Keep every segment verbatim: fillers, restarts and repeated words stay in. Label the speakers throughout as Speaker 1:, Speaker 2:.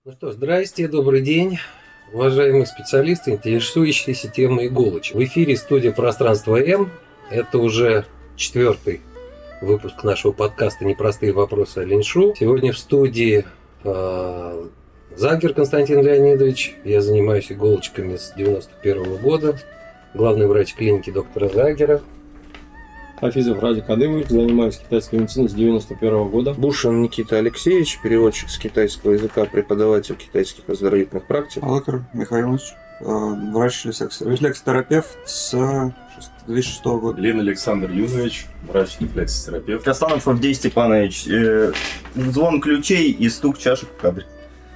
Speaker 1: Ну что, здрасте, добрый день, уважаемые специалисты, интересующиеся темой иголочек. В эфире студия «Пространство М». Это уже четвертый выпуск нашего подкаста «Непростые вопросы о Леньшу». Сегодня в студии э, Загер Константин Леонидович. Я занимаюсь иголочками с девяносто первого года. Главный врач клиники доктора Загера.
Speaker 2: Афизов Радик Адымович, занимаюсь китайской медициной с девяносто первого года.
Speaker 3: Бушин Никита Алексеевич, переводчик с китайского языка, преподаватель китайских оздоровительных практик.
Speaker 4: Алакар Михайлович, врач-рефлексотерапевт с две тысячи шестого года.
Speaker 5: Лен Александр Юзович, врач-рефлексотерапевт.
Speaker 6: Кастанов Авдей Степанович, э, звон ключей и стук чашек в кадре.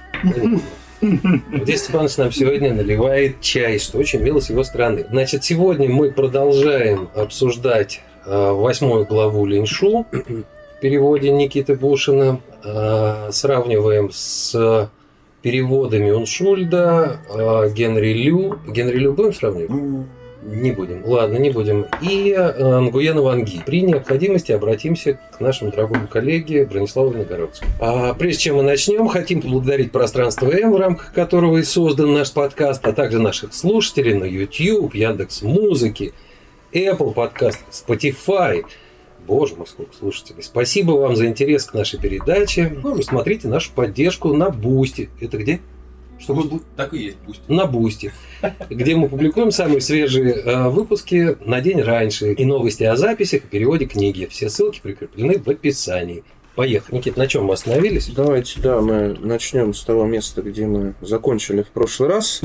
Speaker 1: Авдей Степанович нам сегодня наливает чай, что очень мило с его стороны. Значит, сегодня мы продолжаем обсуждать восьмую главу Леньшу в переводе Никиты Бушина. Сравниваем с переводами Уншульда, Генри Лю. Генри Лю будем сравнивать? Не будем. Ладно, не будем. И Нгуена Ванги. При необходимости обратимся к нашему дорогому коллеге Брониславу Виногородцу. А прежде чем мы начнем, хотим поблагодарить Пространство М, в рамках которого и создан наш подкаст, а также наших слушателей на YouTube, Яндекс.Музыки, Apple подкаст, Spotify. Боже мой, сколько слушателей. Спасибо вам за интерес к нашей передаче. Ну, вы смотрите нашу поддержку на Бусти. Это где? Что
Speaker 5: Буст, вы... Так и есть, Бусти.
Speaker 1: На Бусти, где мы публикуем самые свежие э, выпуски на день раньше. И новости о записях и переводе книги. Все ссылки прикреплены в описании. Поехали. Никит, на чем мы остановились?
Speaker 3: Давайте, да, мы начнем с того места, где мы закончили в прошлый раз.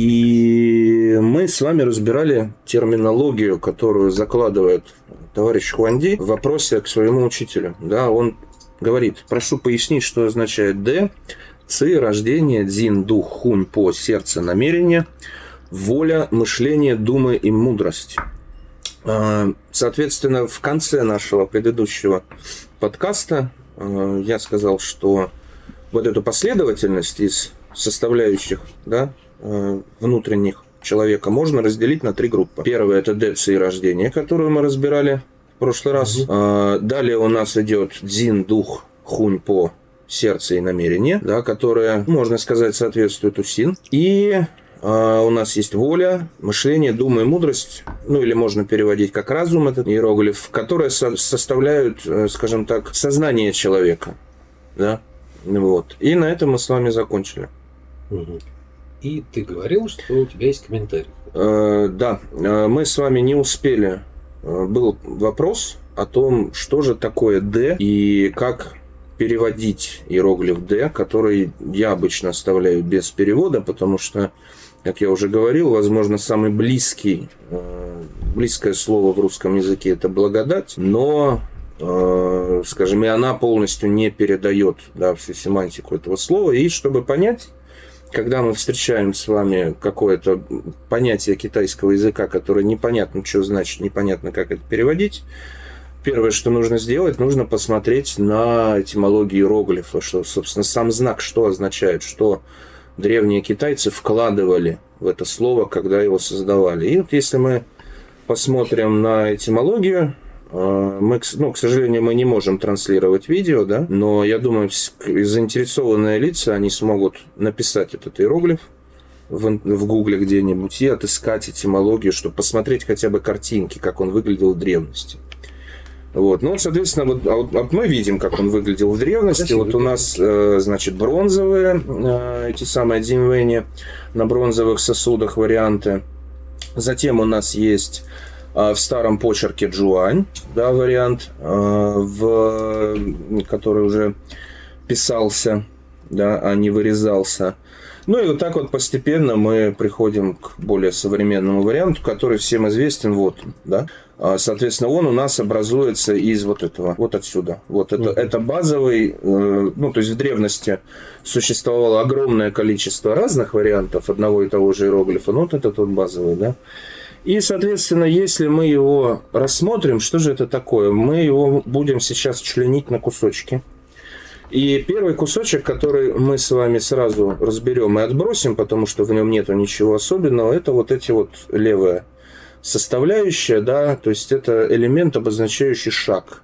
Speaker 3: И мы с вами разбирали терминологию, которую закладывает товарищ Хуанди в вопросе к своему учителю. Да, он говорит: прошу пояснить, что означает «д», «ци», рождение, «дзин», дух, хунь, по, сердце, намерение, воля, мышление, думы и мудрость. Соответственно, в конце нашего предыдущего подкаста я сказал, что вот эту последовательность из составляющих, да, внутренних человека можно разделить на три группы. Первая – это «д», «ци» и рождение, которую мы разбирали в прошлый раз. Mm-hmm. Далее у нас идет «дзин», дух, хунь, по, сердце и намерение, да, которое, можно сказать, соответствует усин. И у нас есть воля, мышление, дума и мудрость, ну или можно переводить как разум, этот иероглиф, которые со- составляют, скажем так, сознание человека. Да? Вот. И на этом мы с вами закончили.
Speaker 1: Угу. И ты говорил, что у тебя есть комментарий.
Speaker 3: Э, да, мы с вами не успели. Был вопрос о том, что же такое «д» и как переводить иероглиф «д», который я обычно оставляю без перевода, потому что, как я уже говорил, возможно, самый близкий, близкое слово в русском языке – это «благодать», но, скажем, и она полностью не передает, да, всю семантику этого слова. И чтобы понять, когда мы встречаем с вами какое-то понятие китайского языка, которое непонятно, что значит, непонятно, как это переводить, первое, что нужно сделать, нужно посмотреть на этимологию иероглифа, что, собственно, сам знак что означает, что древние китайцы вкладывали в это слово, когда его создавали. И вот если мы посмотрим на этимологию, мы, ну, к сожалению, мы не можем транслировать видео, да, но я думаю, заинтересованные лица, они смогут написать этот иероглиф в, в гугле где-нибудь и отыскать этимологию, чтобы посмотреть хотя бы картинки, как он выглядел в древности. Вот. Ну, соответственно, вот, а вот, вот мы видим, как он выглядел в древности. Красиво. Вот у нас, э, значит, бронзовые, э, эти самые дзиньвэни на бронзовых сосудах варианты. Затем у нас есть э, в старом почерке джуань, да, вариант, э, в, который уже писался, да, а не вырезался. Ну и вот так вот постепенно мы приходим к более современному варианту, который всем известен. Вот, да. Соответственно, он у нас образуется из вот этого, вот отсюда. Вот это, mm-hmm. это базовый, ну, то есть в древности существовало огромное количество разных вариантов одного и того же иероглифа, но вот этот вот базовый, да. И, соответственно, если мы его рассмотрим, что же это такое? Мы его будем сейчас членить на кусочки. И первый кусочек, который мы с вами сразу разберем и отбросим, потому что в нем нету ничего особенного, это вот эти вот левые составляющая, да, то есть это элемент, обозначающий шаг.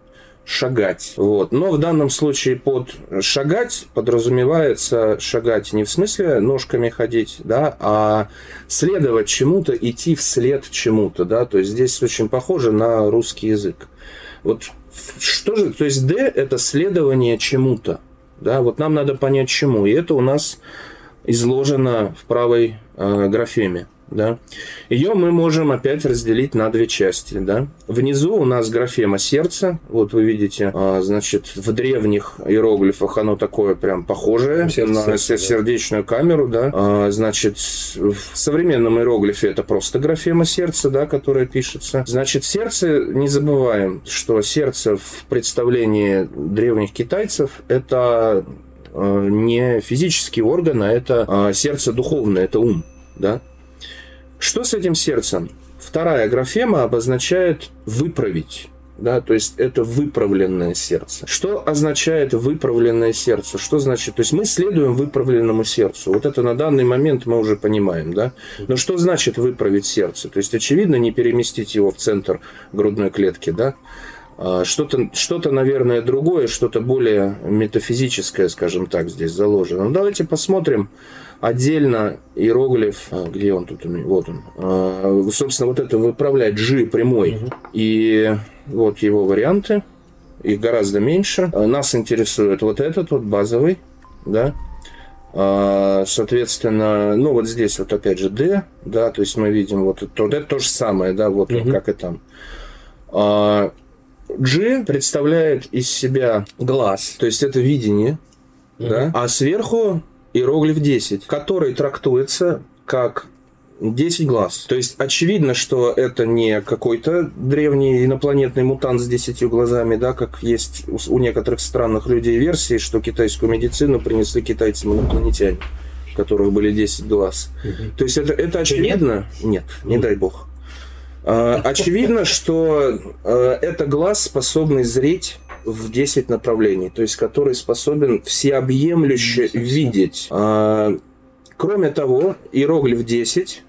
Speaker 3: шагать. Вот. Но в данном случае под шагать подразумевается шагать не в смысле ножками ходить, да, а следовать чему-то, идти вслед чему-то, да, то есть здесь очень похоже на русский язык. Вот что же, то есть D – это следование чему-то, да, вот нам надо понять чему, и это у нас изложено в правой э, графеме. Да. Ее мы можем опять разделить на две части. Да. Внизу у нас графема сердца. Вот вы видите, значит, в древних иероглифах оно такое прям похожее сердце, на сердце, сердечную да. камеру. Да. Значит, в современном иероглифе это просто графема сердца, да, которая пишется. Значит, сердце, не забываем, что сердце в представлении древних китайцев это не физический орган, а это сердце духовное, это ум. Да. Что с этим сердцем? Вторая графема обозначает «выправить». Да, то есть это выправленное сердце. Что означает выправленное сердце? Что значит? То есть мы следуем выправленному сердцу. Вот это на данный момент мы уже понимаем. Да? Но что значит выправить сердце? То есть, очевидно, не переместить его в центр грудной клетки. Да? Что-то, что-то, наверное, другое, что-то более метафизическое, скажем так, здесь заложено. Ну, давайте посмотрим отдельно иероглиф. Где он тут у меня? Вот он. Собственно, вот это выправлять G прямой. Угу. И вот его варианты. Их гораздо меньше. Нас интересует вот этот вот базовый. Да? Соответственно, ну вот здесь вот опять же D. Да, то есть мы видим вот это, вот это то же самое, да, вот угу. как и там. G представляет из себя глаз, то есть это видение, uh-huh. да? А сверху иероглиф десять, который трактуется как десять глаз. То есть очевидно, что это не какой-то древний инопланетный мутант с десятью глазами, да, как есть у некоторых странных людей версии, что китайскую медицину принесли китайцам-инопланетяне, у которых были десять глаз. Uh-huh. То есть это, это очевидно? Нет, не uh-huh. дай бог. Очевидно, что это глаз, способный зреть в десять направлений, то есть который способен всеобъемлюще видеть. Кроме того, иероглиф десять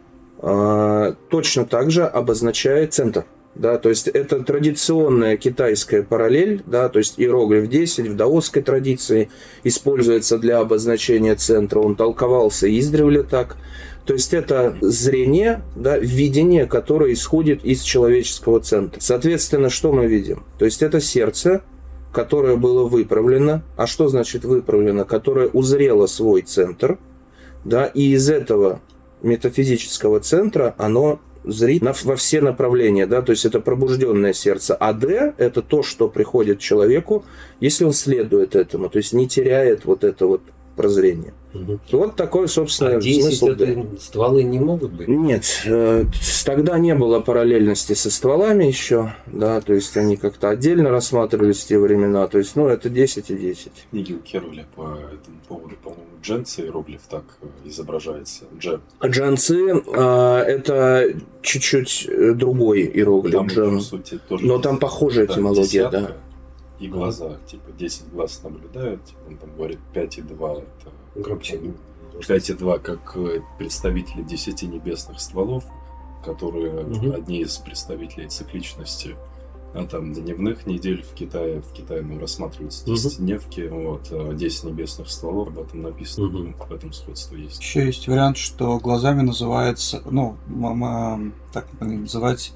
Speaker 3: точно так же обозначает центр. Да, то есть это традиционная китайская параллель, да, то есть иероглиф десять в даосской традиции используется для обозначения центра, он толковался издревле так. То есть это зрение, да, видение, которое исходит из человеческого центра. Соответственно, что мы видим? То есть это сердце, которое было выправлено. А что значит выправлено? Которое узрело свой центр, да, и из этого метафизического центра оно зрит во все направления, да, то есть это пробужденное сердце. А D – это то, что приходит человеку, если он следует этому, то есть не теряет вот это вот прозрение. Угу. Вот такой, собственно,
Speaker 1: а десять это стволы не могут быть?
Speaker 3: Нет, э, тогда не было параллельности со стволами еще, да, то есть они как-то отдельно рассматривались в те времена, то есть, ну, это десять и десять.
Speaker 5: Книги у Керуля по этому поводу, по-моему, дженцы иероглиф так изображается. Джен.
Speaker 3: Джанцы э, это чуть-чуть другой иероглиф, там, джен. Сути, тоже но там похожая да, этимология, десятка, да.
Speaker 5: И глаза, типа десять глаз наблюдают, типа, он там говорит пять и два это
Speaker 1: громче.
Speaker 5: пять и два как представители десяти небесных стволов, которые угу. одни из представителей цикличности. А там дневных недель в Китае, в Китае ну, рассматриваются десятидневки, вот, десять небесных стволов, об этом написано, угу. ну, в этом сходство есть.
Speaker 4: Еще есть вариант, что глазами называется, ну, так называть,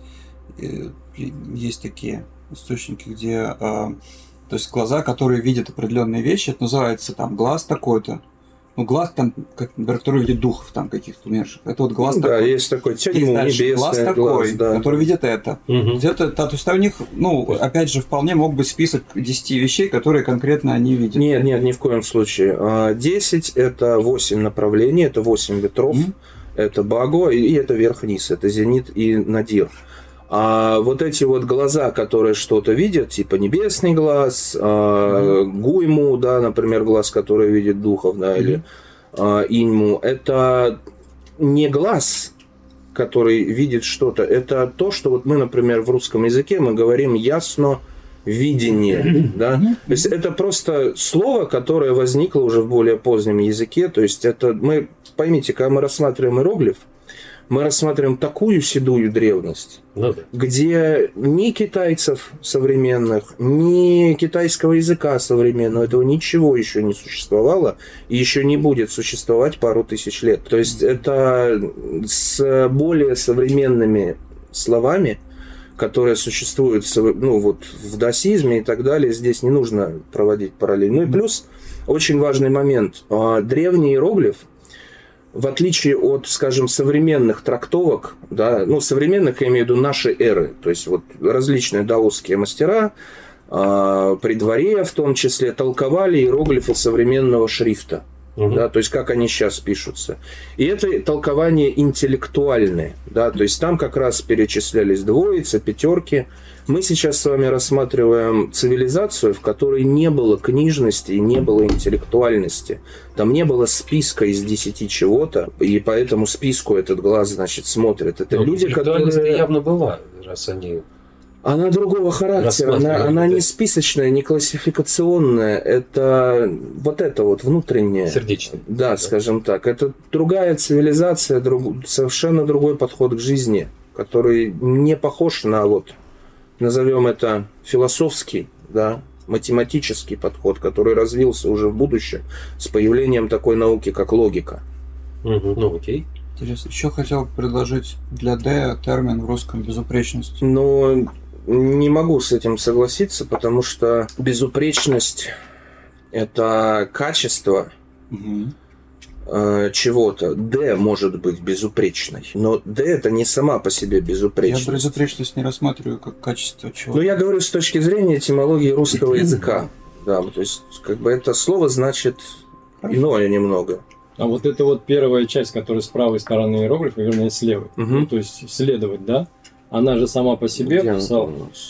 Speaker 4: есть такие источники, где, то есть глаза, которые видят определенные вещи, это называется там глаз такой-то. Ну, глаз там, как, например, который видит духов там каких-то умерших. Это вот глаз
Speaker 3: ну,
Speaker 4: такой.
Speaker 3: Да, есть такой тяньму небесный
Speaker 4: глаз такой, глаз, да. который видит это.
Speaker 3: Угу.
Speaker 4: это да, то есть у них, ну, опять же, вполне мог быть список десяти вещей, которые конкретно они видят.
Speaker 3: Нет, нет, ни в коем случае. десять – это восемь направлений, это восемь ветров, угу. это Баго, и это верх-вниз, это зенит и надир. А вот эти вот глаза, которые что-то видят, типа небесный глаз, mm-hmm. гуйму, да, например, глаз, который видит духов, да, mm-hmm. или а, иньму, это не глаз, который видит что-то, это то, что вот мы, например, в русском языке мы говорим ясно видение, mm-hmm. да, mm-hmm. то есть это просто слово, которое возникло уже в более позднем языке, то есть это мы, поймите, когда мы рассматриваем иероглиф, мы рассматриваем такую седую древность,
Speaker 1: Ну да.
Speaker 3: где ни китайцев современных, ни китайского языка современного, этого ничего еще не существовало и еще не будет существовать пару тысяч лет. То есть это с более современными словами, которые существуют, ну, вот, в даосизме и так далее, здесь не нужно проводить параллель. Ну и плюс очень важный момент. Древний иероглиф, в отличие от, скажем, современных трактовок, да, ну, современных, я имею в виду нашей эры, то есть вот различные даосские мастера, э, при дворе в том числе, толковали иероглифы современного шрифта, угу. да, то есть как они сейчас пишутся. И это толкование интеллектуальное, да, то есть там как раз перечислялись двоицы, пятерки. Мы сейчас с вами рассматриваем цивилизацию, в которой не было книжности и не было интеллектуальности. Там не было списка из десяти чего-то, и по этому списку этот глаз, значит, смотрит. Это
Speaker 1: Но
Speaker 3: люди, которые...
Speaker 1: явно была, раз они...
Speaker 3: Она другого характера, она, она не списочная, не классификационная, это вот это вот внутреннее.
Speaker 1: Сердечное.
Speaker 3: Да, да, скажем так. Это другая цивилизация, друг... совершенно другой подход к жизни, который не похож на вот... назовем это философский, да, математический подход, который развился уже в будущем с появлением такой науки, как логика.
Speaker 1: Угу. Ну, окей.
Speaker 4: Интересно. Еще хотел предложить для Д термин в русском безупречность.
Speaker 3: Но не могу с этим согласиться, потому что безупречность – это качество,
Speaker 4: угу.
Speaker 3: чего-то. Д может быть безупречной, но Д это не сама по себе безупречность.
Speaker 4: Я безупречность не рассматриваю как качество чего-то.
Speaker 3: Ну, я говорю с точки зрения этимологии русского языка. Да, то есть, как бы это слово значит иное немного.
Speaker 2: А вот это вот первая часть, которая с правой стороны иероглифа, вернее, с левой.
Speaker 3: Угу.
Speaker 2: Ну, то есть, следовать, да? Она же сама по себе
Speaker 3: Где
Speaker 2: писала,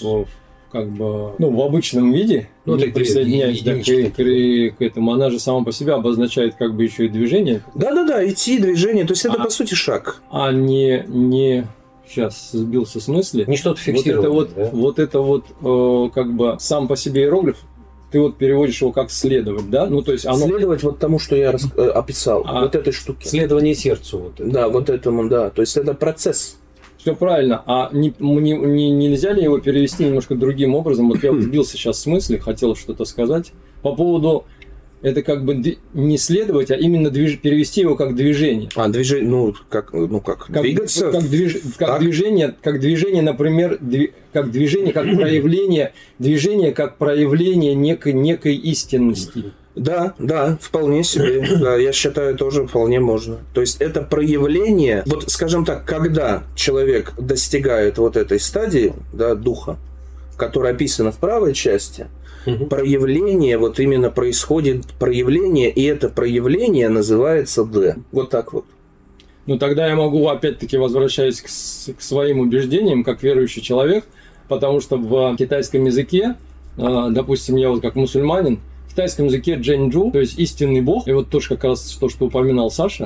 Speaker 2: как бы, ну, в обычном виде,
Speaker 1: ну,
Speaker 2: не присоединяясь да, к, к, к этому, она же сама по себе обозначает как бы еще и движение.
Speaker 3: Да-да-да, идти, движение, то есть это
Speaker 2: а,
Speaker 3: по сути шаг.
Speaker 2: А не, не, сейчас сбился с мысли.
Speaker 1: Не что-то фиксированное.
Speaker 2: Вот это вот,
Speaker 1: да?
Speaker 2: вот, это вот э, как бы сам по себе иероглиф, ты вот переводишь его как следовать, да? Ну, то есть оно...
Speaker 3: Следовать вот тому, что я рас... описал,
Speaker 2: а,
Speaker 3: вот этой штуке.
Speaker 1: Следование сердцу. Вот это.
Speaker 3: Да, вот этому, да, то есть это процесс.
Speaker 2: Все правильно. А не, не, не, нельзя ли его перевести немножко другим образом? Вот я вот сбился сейчас с мысли, хотел что-то сказать. По поводу, это как бы не следовать, а именно движ, перевести его как движение.
Speaker 3: А, движение, ну, как, ну, как,
Speaker 2: как
Speaker 3: двигаться?
Speaker 2: Как, движ, как, движение, как движение, например, дви, как движение, как проявление, движение как проявление некой, некой истинности.
Speaker 3: Да, да, вполне себе. Да, я считаю, тоже вполне можно. То есть это проявление, вот скажем так, когда человек достигает вот этой стадии, да, духа, которая описана в правой части, угу. проявление, вот именно происходит проявление, и это проявление называется Д. Вот так вот.
Speaker 2: Ну тогда я могу, опять-таки, возвращаясь к, к своим убеждениям, как верующий человек, потому что в китайском языке, допустим, я вот как мусульманин, в китайском языке Джэньчжу, то есть истинный бог, и вот тоже как раз то, что упоминал Саша,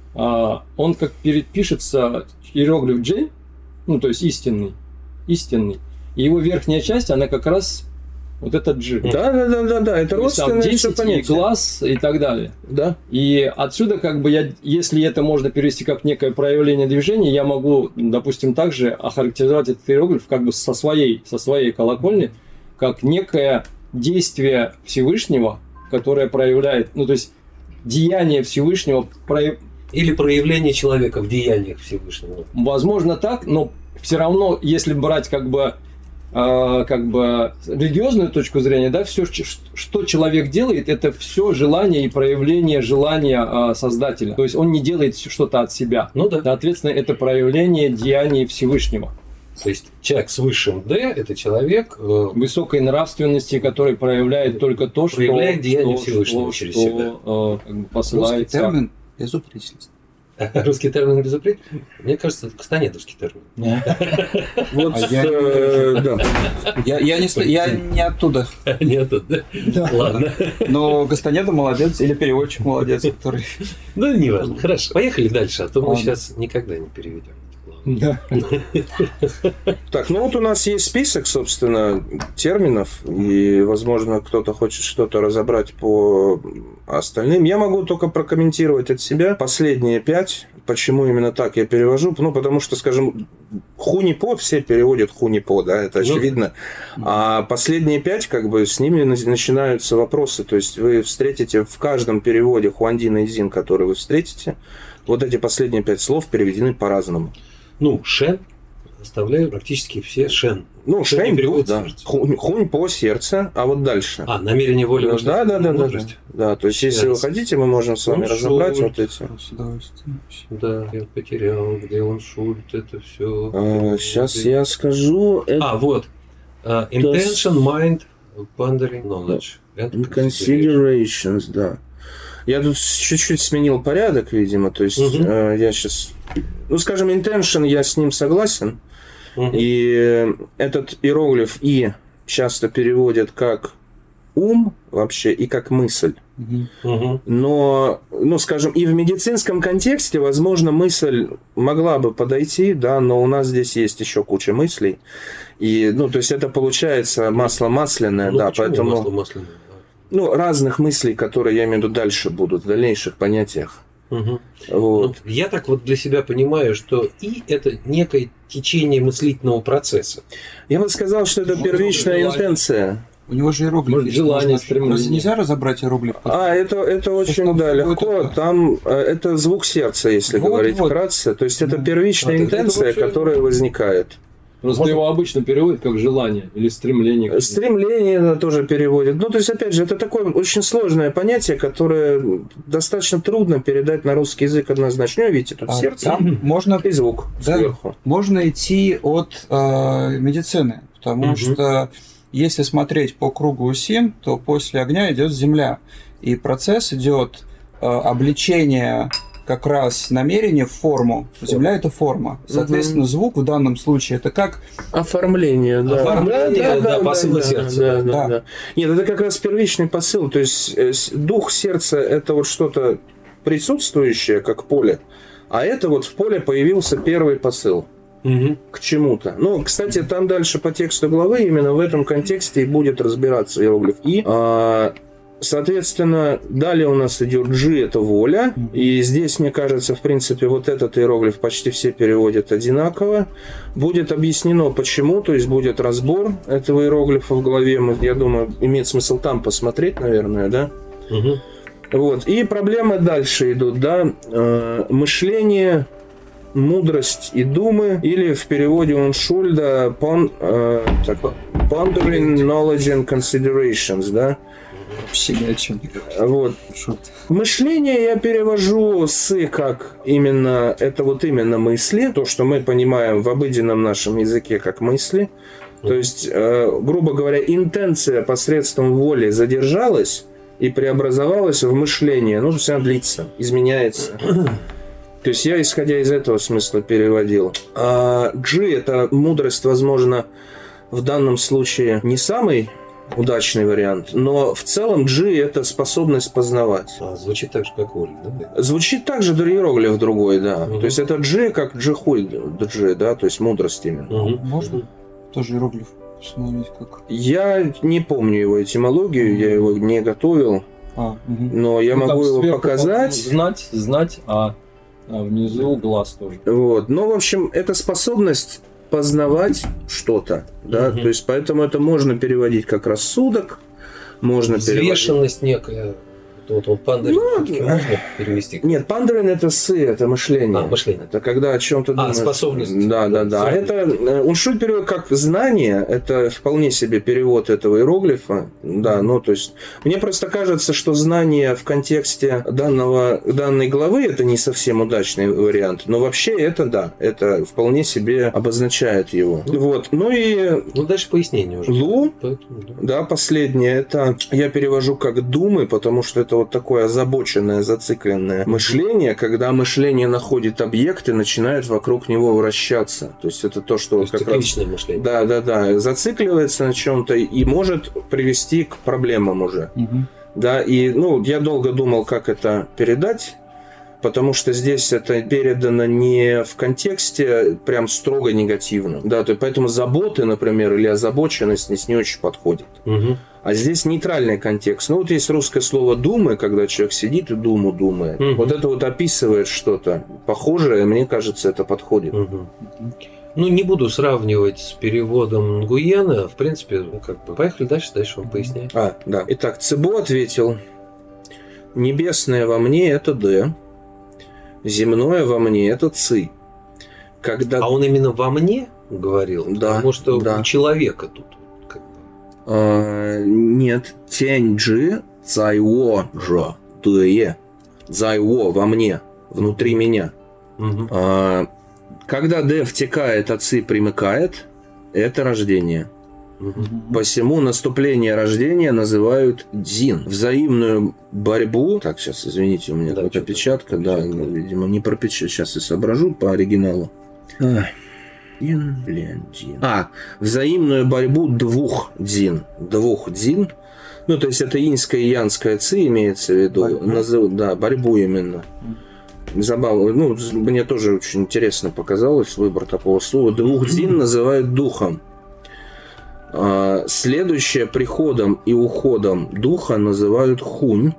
Speaker 2: он как пишется иероглиф Джэнь, ну то есть истинный, истинный, и его верхняя часть, она как раз вот это Джи.
Speaker 3: Да, да, да, да, да, это родственное все понятие.
Speaker 2: И глаз и так далее.
Speaker 3: Да.
Speaker 2: И отсюда, как бы я, если это можно перевести как некое проявление движения, я могу, допустим, также охарактеризовать этот иероглиф как бы со своей, со своей колокольни, как некое действие Всевышнего, которое проявляет, ну то есть деяние Всевышнего прояв...
Speaker 1: или проявление человека в деяниях Всевышнего.
Speaker 2: Возможно так, но все равно, если брать как бы э, как бы религиозную точку зрения, да, все, что человек делает, это все желание и проявление желания э, Создателя. То есть он не делает что-то от себя.
Speaker 1: Ну да.
Speaker 2: Соответственно, это проявление деяний Всевышнего.
Speaker 1: То есть человек с высшим Д – это человек э,
Speaker 2: высокой нравственности, который проявляет только то, что
Speaker 1: проявляет деяние
Speaker 2: что,
Speaker 1: Всевышнего
Speaker 2: что,
Speaker 1: через
Speaker 2: что,
Speaker 1: себя.
Speaker 2: Э, как бы посылается.
Speaker 4: Русский термин – безупречность.
Speaker 1: Русский термин безупречность? Мне кажется, это кастанедовский термин.
Speaker 3: Вот,
Speaker 4: А я-
Speaker 3: э, да.
Speaker 4: Я, я, не, ст- я не оттуда.
Speaker 1: Не оттуда, да? Ладно.
Speaker 4: Но Кастанеда молодец, или переводчик молодец, который...
Speaker 1: Ну, не важно. Хорошо. Поехали дальше, а то мы
Speaker 4: Ладно.
Speaker 1: сейчас никогда не переведем.
Speaker 2: Да.
Speaker 3: Так, ну вот у нас есть список, собственно, терминов, и, возможно, кто-то хочет что-то разобрать по остальным. Я могу только прокомментировать от себя. Последние пять почему именно так я перевожу? Ну, потому что, скажем, хунипо все переводят хунипо, да, это очевидно. Ну, а последние пять, как бы, с ними начинаются вопросы. То есть вы встретите в каждом переводе хуандина и зин, который вы встретите, вот эти последние пять слов переведены по-разному.
Speaker 1: Ну, шен оставляю практически все шен.
Speaker 3: Ну, шен, да. Хунь, хунь по сердце, а вот дальше.
Speaker 1: А, намерение воли.
Speaker 3: Ну, да, да, да, да, да, да. То есть, если вы хотите, мы можем с вами он разобрать шульт. Вот эти.
Speaker 1: Да, я потерял, где он шульт, это все.
Speaker 3: А, сейчас где... я скажу.
Speaker 1: А, вот. Uh, intention, mind, pondering, knowledge.
Speaker 3: And considerations, да. Я тут чуть-чуть сменил порядок, видимо. То есть, угу. э, я сейчас... Ну, скажем, intention, я с ним согласен. Угу. И этот иероглиф «и» часто переводят как ум вообще и как мысль. Угу. Но, ну, скажем, и в медицинском контексте, возможно, мысль могла бы подойти, да, но у нас здесь есть еще куча мыслей. И, ну, то есть это получается масло масляное, ну, да, поэтому... Масло масляное? Ну, разных мыслей, которые, я имею в виду, дальше будут, в дальнейших понятиях. Угу. Вот.
Speaker 1: Ну, я так вот для себя понимаю, что «и» – это некое течение мыслительного процесса.
Speaker 3: Я бы сказал, что это первичная интенция.
Speaker 4: У него же иероглиф.
Speaker 2: Может, желание, стремление.
Speaker 4: Нельзя разобрать иероглиф?
Speaker 3: А, это, это очень, да, легко. Там это звук сердца, если вот, говорить вот. вкратце. То есть, это первичная а, интенция, это которая возникает.
Speaker 2: Просто Может... его обычно переводят как желание или стремление.
Speaker 3: Стремление да, тоже переводят. Ну, то есть, опять же, это такое очень сложное понятие, которое достаточно трудно передать на русский язык однозначно. Ну, видите, тут а сердце
Speaker 4: там можно...
Speaker 3: и звук
Speaker 4: да,
Speaker 3: сверху.
Speaker 4: Можно идти от э, медицины, потому угу. что если смотреть по кругу Син, то после огня идет земля. И процесс идет э, обличение как раз намерение в форму. Земля – это форма. Соответственно, угу. звук в данном случае – это как…
Speaker 3: Оформление, да.
Speaker 1: Оформление, да, да, да, да посыл
Speaker 3: да,
Speaker 1: сердца.
Speaker 3: Да, да, да. Да. Нет, это как раз первичный посыл. То есть, дух сердца – это вот что-то присутствующее, как поле. А это вот в поле появился первый посыл. Угу. К чему-то. Ну, кстати, там дальше по тексту главы именно в этом контексте и будет разбираться иероглиф «и». А, соответственно, далее у нас идет «джи» – это воля. И здесь, мне кажется, в принципе, вот этот иероглиф почти все переводят одинаково. Будет объяснено, почему. То есть, будет разбор этого иероглифа в главе. Я думаю, имеет смысл там посмотреть, наверное, да? Угу. Вот. И проблемы дальше идут, да. Э, мышление, мудрость и думы, или в переводе Уншульда pon, э, так, pondering knowledge and considerations, да?
Speaker 4: Вообще ни о чем.
Speaker 3: Вот. Мышление я перевожу с как именно, это вот именно мысли, то, что мы понимаем в обыденном нашем языке как мысли. То есть, э, грубо говоря, интенция посредством воли задержалась и преобразовалась в мышление. Ну, то есть она длится, изменяется. То есть я, исходя из этого смысла, переводил. А G – это мудрость, возможно, в данном случае не самый удачный вариант, но в целом G – это способность познавать.
Speaker 1: А, звучит так же, как воля, да?
Speaker 3: Звучит так же, иероглиф другой, да. Угу. То есть это G, как Джихуй, G, да, то есть мудрость именно.
Speaker 4: Угу. Можно тоже иероглиф посмотреть, как?
Speaker 3: Я не помню его этимологию, угу. я его не готовил, а, угу. но я ну, могу его показать.
Speaker 2: Знать, знать, а... А внизу глаз тоже.
Speaker 3: Вот. Ну, в общем, это способность познавать что-то. Да? Угу. То есть, поэтому это можно переводить как рассудок, можно
Speaker 1: взвешенность
Speaker 3: переводить...
Speaker 1: некая. Вот, вот пандерин ну, можно перевести?
Speaker 3: Нет, пандерин это сы, это мышление.
Speaker 1: А, мышление.
Speaker 3: Это когда о чем-то думаешь.
Speaker 1: А, способность.
Speaker 3: Да, да, да. А это Уншуль перевод как знание, это вполне себе перевод этого иероглифа. Да, ну то есть мне просто кажется, что знание в контексте данного, данной главы это не совсем удачный вариант. Но вообще это да, это вполне себе обозначает его. Ну, вот. Ну и.
Speaker 1: Ну дальше пояснение уже.
Speaker 3: Лу, поэтому, да. да, последнее, это я перевожу как думы, потому что это вот такое озабоченное, зацикленное мышление, когда мышление находит объект и начинает вокруг него вращаться. То есть это то, что
Speaker 1: то есть
Speaker 3: как
Speaker 1: раз...
Speaker 3: мышление. Да, да, да. Зацикливается на чем-то и может привести к проблемам уже. Угу. Да, и ну, я долго думал, как это передать, потому что здесь это передано не в контексте прям строго негативно. Да, то, поэтому заботы, например, или озабоченность здесь не очень подходит. Угу. А здесь нейтральный контекст. Ну, вот есть русское слово «думы», когда человек сидит и думу думает.
Speaker 1: Мгм.
Speaker 3: Вот это вот описывает что-то похожее, мне кажется, это подходит.
Speaker 1: Мгм. Ну, не буду сравнивать с переводом Нгуена. В принципе, ну, как бы, поехали дальше, дальше он поясняет.
Speaker 3: А, да. Итак, Цибо ответил: «Небесное во мне – это Д, земное во мне – это Ци». Когда...
Speaker 1: А он именно во мне говорил?
Speaker 3: Да,
Speaker 1: Потому что
Speaker 3: да.
Speaker 1: у человека тут как бы...
Speaker 3: А, нет, тянь-джи цайо жо дэе. Цайо во мне, внутри меня.
Speaker 1: Мгм.
Speaker 3: А, когда Д втекает, а Ци примыкает, это рождение.
Speaker 1: Мгм.
Speaker 3: Посему наступление рождения называют дзин. Взаимную борьбу... Так, сейчас, извините, у меня
Speaker 1: Да,
Speaker 3: тут
Speaker 1: что-то
Speaker 3: опечатка. Да,
Speaker 1: опечатка.
Speaker 3: видимо, не пропечатка. Сейчас я соображу по оригиналу. Ах, дзин, блин, дзин. А, взаимную борьбу двух дзин. Двух дзин. Ну, то есть это иньская и янская ци имеется в виду.
Speaker 4: Борьбу?
Speaker 3: Назов- Да, борьбу именно. Забавно. Ну, мне тоже очень интересно показалось выбор такого слова. Двух дзин называют духом. А, Следующее приходом и уходом духа называют хунь.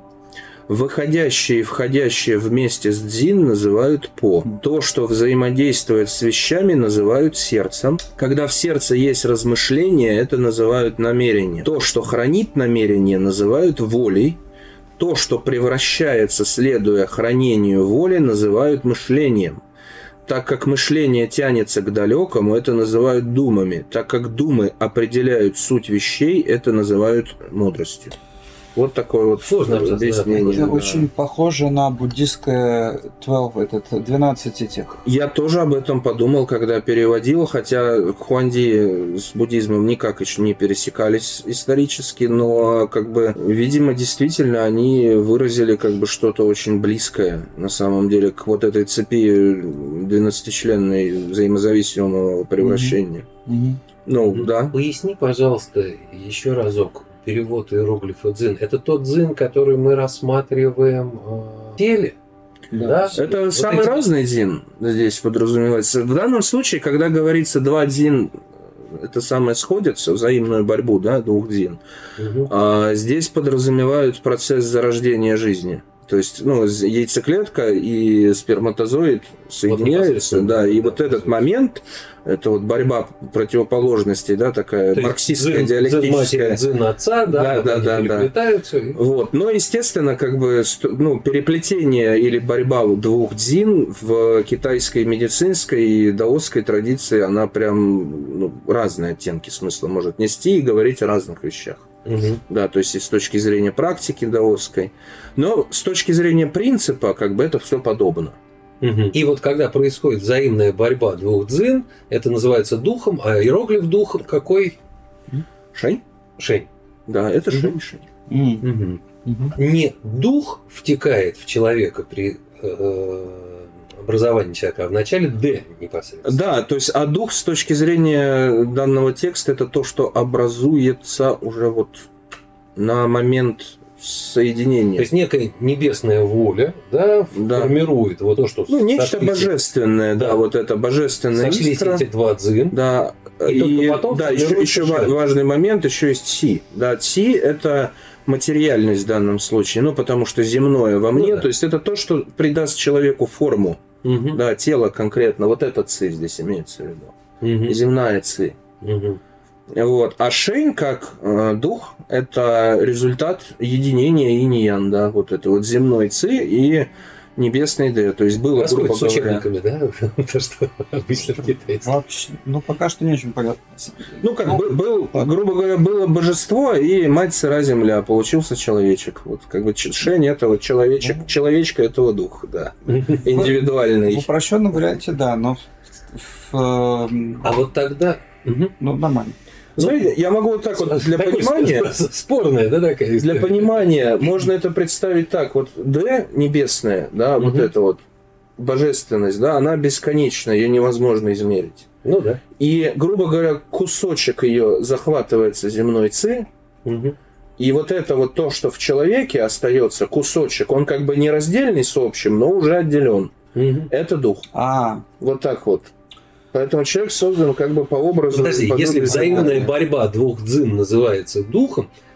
Speaker 3: Выходящие и входящие вместе с дзин называют по. То, что взаимодействует с вещами, называют сердцем. Когда в сердце есть размышление, это называют намерение. То, что хранит намерение, называют волей. То, что превращается, следуя хранению воли, называют мышлением. Так как мышление тянется к далекому, это называют думами. Так как думы определяют суть вещей, это называют мудростью. Вот такое вот
Speaker 1: Сложно абзац, да.
Speaker 3: объяснение.
Speaker 4: Это
Speaker 3: да.
Speaker 4: очень похоже на буддистское двенадцать, этот, двенадцать этих.
Speaker 3: Я тоже об этом подумал, когда переводил, хотя Хуанди с буддизмом никак еще не пересекались исторически, но как бы, видимо, действительно они выразили как бы что-то очень близкое на самом деле к вот этой цепи двенадцатичленной взаимозависимого превращения.
Speaker 4: Мгм.
Speaker 3: Ну, да.
Speaker 1: Поясни, пожалуйста, еще разок перевод иероглифа дзин. Это тот дзин, который мы рассматриваем э, в теле? Да.
Speaker 3: Это
Speaker 1: Вот
Speaker 3: самый
Speaker 1: эти-
Speaker 3: разный дзин здесь подразумевается. В данном случае, когда говорится два дзин, это самое сходятся, взаимную борьбу, да, двух дзин,
Speaker 1: Мгм.
Speaker 3: а здесь подразумевают процесс зарождения жизни. То есть, ну, яйцеклетка и сперматозоид соединяются,
Speaker 1: непосредственно,
Speaker 3: да, и
Speaker 1: да,
Speaker 3: вот этот
Speaker 1: да.
Speaker 3: момент, это вот борьба противоположностей, да, такая
Speaker 1: То есть
Speaker 3: марксистская,
Speaker 1: дзин- дзин
Speaker 3: диалектическая.
Speaker 1: матери, дзин отца, да,
Speaker 3: Да,
Speaker 1: вот
Speaker 3: да,
Speaker 1: они
Speaker 3: да, да.
Speaker 1: переплетаются. и-
Speaker 3: Вот. Но, естественно, как бы, ст- ну, переплетение или борьба двух дзин в китайской медицинской и даосской традиции, она прям, ну, разные оттенки смысла может нести и говорить о разных вещах.
Speaker 1: Мгм.
Speaker 3: Да, то есть и с точки зрения практики даосской. Но с точки зрения принципа, как бы это все подобно.
Speaker 1: Мгм. И вот когда происходит взаимная борьба двух дзин, это называется духом, а иероглиф дух какой?
Speaker 3: Шень?
Speaker 1: Шень.
Speaker 3: Да, это
Speaker 1: Мгм.
Speaker 3: шень, шень.
Speaker 4: М.
Speaker 1: Мгм.
Speaker 4: Мгм.
Speaker 1: Не дух втекает в человека при э, образовании человека, а вначале Д непосредственно.
Speaker 3: Да, то есть, а дух с точки зрения данного текста, это то, что образуется уже вот на момент соединения.
Speaker 1: То есть некая небесная воля, да,
Speaker 3: Да.
Speaker 1: формирует вот то, что
Speaker 3: Ну, нечто
Speaker 1: сошлись-
Speaker 3: божественное, да,
Speaker 1: Да.
Speaker 3: вот это божественное
Speaker 1: сошлись
Speaker 3: искра.
Speaker 1: эти два дзин.
Speaker 3: Да,
Speaker 1: И только потом
Speaker 3: да, еще,
Speaker 1: формируется
Speaker 3: еще
Speaker 1: шель.
Speaker 3: важный момент, еще есть си. Да, си это материальность в данном случае, ну, потому что земное во мне,
Speaker 1: Ну да.
Speaker 3: то есть это то, что придаст человеку форму,
Speaker 1: Мгм.
Speaker 3: да, тело конкретно, вот этот ци здесь имеется в виду,
Speaker 1: Мгм.
Speaker 3: земная ци.
Speaker 1: Мгм.
Speaker 3: Вот. А шень, как э, дух, это результат единения инь-ян, да, вот это вот земной ци и небесный дэ. То есть было, грубо
Speaker 1: Расходится с
Speaker 3: говоря,
Speaker 1: учебниками, да? То, что обычно в Китае.
Speaker 4: Вообще, ну пока что не очень понятно.
Speaker 3: ну, как
Speaker 4: Ну,
Speaker 3: бы был,
Speaker 4: ладно.
Speaker 3: грубо говоря, было божество и мать сыра земля, получился человечек. Вот как бы ч- шень это вот человечек,
Speaker 4: Ну.
Speaker 3: человечка этого духа, да, индивидуальный.
Speaker 4: В упрощенном варианте, да, но в, в, эм,
Speaker 1: А вот тогда... Мгм.
Speaker 4: ну, нормально.
Speaker 3: Смотрите, я могу вот так вот для
Speaker 1: Такой
Speaker 3: понимания...
Speaker 1: сп- Спорная, да, такая
Speaker 3: Для
Speaker 1: история?
Speaker 3: понимания можно это представить так: вот Д небесная, да, вот
Speaker 1: Мгм.
Speaker 3: эта вот божественность, да, она бесконечна, ее невозможно измерить.
Speaker 1: Ну да.
Speaker 3: И, грубо говоря, кусочек ее захватывается земной ци,
Speaker 1: Мгм.
Speaker 3: и вот это вот то, что в человеке остается, кусочек, он как бы не раздельный с общим, но уже отделен.
Speaker 1: Мгм.
Speaker 3: Это дух.
Speaker 4: А,
Speaker 3: Вот так вот. Поэтому человек создан как бы по образу...
Speaker 1: Подожди,
Speaker 3: по
Speaker 1: если
Speaker 3: подобию
Speaker 1: взаимная
Speaker 3: Бога.
Speaker 1: борьба двух дзин называется духом,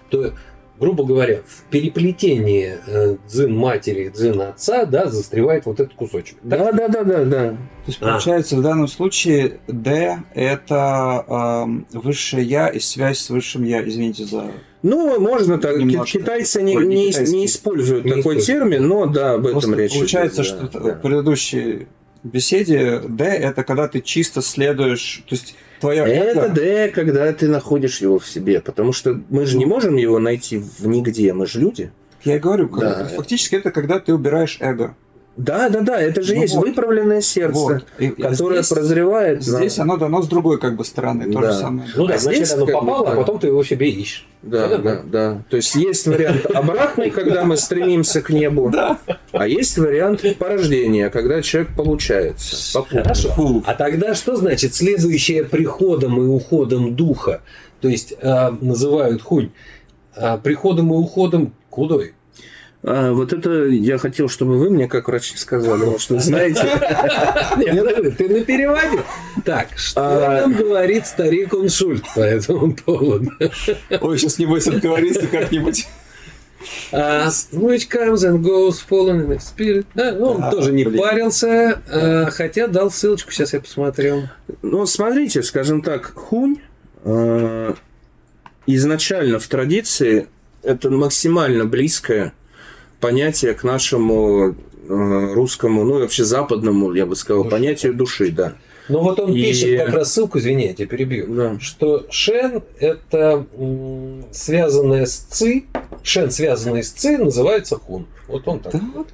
Speaker 1: то, грубо говоря, в переплетении э, дзин матери и дзин отца, да, застревает вот этот кусочек.
Speaker 3: Да, да, да, да, да.
Speaker 4: То есть, получается, а. в данном случае D – это э, высшее Я и связь с высшим Я. Извините за...
Speaker 3: Ну, можно так.
Speaker 4: Немножко.
Speaker 3: Китайцы не, не, не используют
Speaker 1: не
Speaker 3: такой
Speaker 1: используют.
Speaker 3: термин, но да, об этом
Speaker 4: Просто
Speaker 3: речь
Speaker 4: получается,
Speaker 3: идет,
Speaker 4: что
Speaker 3: да,
Speaker 4: в
Speaker 3: да.
Speaker 4: предыдущей беседе D – это когда ты чисто следуешь... То есть, твоя
Speaker 3: Это D, когда ты находишь его в себе, потому что мы же не можем его найти в нигде, мы же люди.
Speaker 4: Я и говорю,
Speaker 3: Да.
Speaker 4: фактически это когда ты убираешь эго.
Speaker 3: Да, да, да, это же
Speaker 4: Ну
Speaker 3: есть
Speaker 4: вот.
Speaker 3: выправленное сердце,
Speaker 4: Вот. И- и
Speaker 3: которое
Speaker 4: здесь-
Speaker 3: прозревает.
Speaker 4: Здесь
Speaker 3: да.
Speaker 4: оно дано с другой как бы стороны, то
Speaker 3: Да.
Speaker 4: же самое.
Speaker 1: Ну да,
Speaker 3: А
Speaker 1: вначале
Speaker 3: здесь
Speaker 1: оно
Speaker 3: как бы
Speaker 1: попало, а
Speaker 3: так.
Speaker 1: потом ты его в себе ищешь.
Speaker 3: Да,
Speaker 1: Да,
Speaker 3: да, да. То есть есть вариант обратный, когда мы стремимся к небу, а есть вариант порождения, когда человек получается. Попутно.
Speaker 1: Хорошо. А тогда что значит следующее приходом и уходом духа? То есть э, называют хунь а приходом и уходом кудой?
Speaker 3: А, вот это я хотел, чтобы вы мне, как врачи, сказали, потому что, знаете...
Speaker 1: Нет, ты на переводе. Так, что
Speaker 3: А.
Speaker 1: нам говорит старик Уншульт по этому поводу?
Speaker 4: Ой, сейчас небось отговорится как-нибудь.
Speaker 1: А, Which comes and goes, fallen in spirit. Да, ну, он
Speaker 4: Да,
Speaker 1: тоже не
Speaker 4: блин.
Speaker 1: парился, а, хотя дал ссылочку, сейчас я посмотрю.
Speaker 3: Ну, смотрите, скажем так, хунь э, изначально в традиции это максимально близкое понятие к нашему э, русскому, ну и вообще западному, я бы сказал,
Speaker 1: Душа.
Speaker 3: понятию души, да.
Speaker 1: Ну вот он
Speaker 3: И-
Speaker 1: пишет как раз ссылку, извини, я тебя перебью,
Speaker 3: Да.
Speaker 1: что шен это м, связанное с ци, шен связанный с ци называется хун. Вот он так.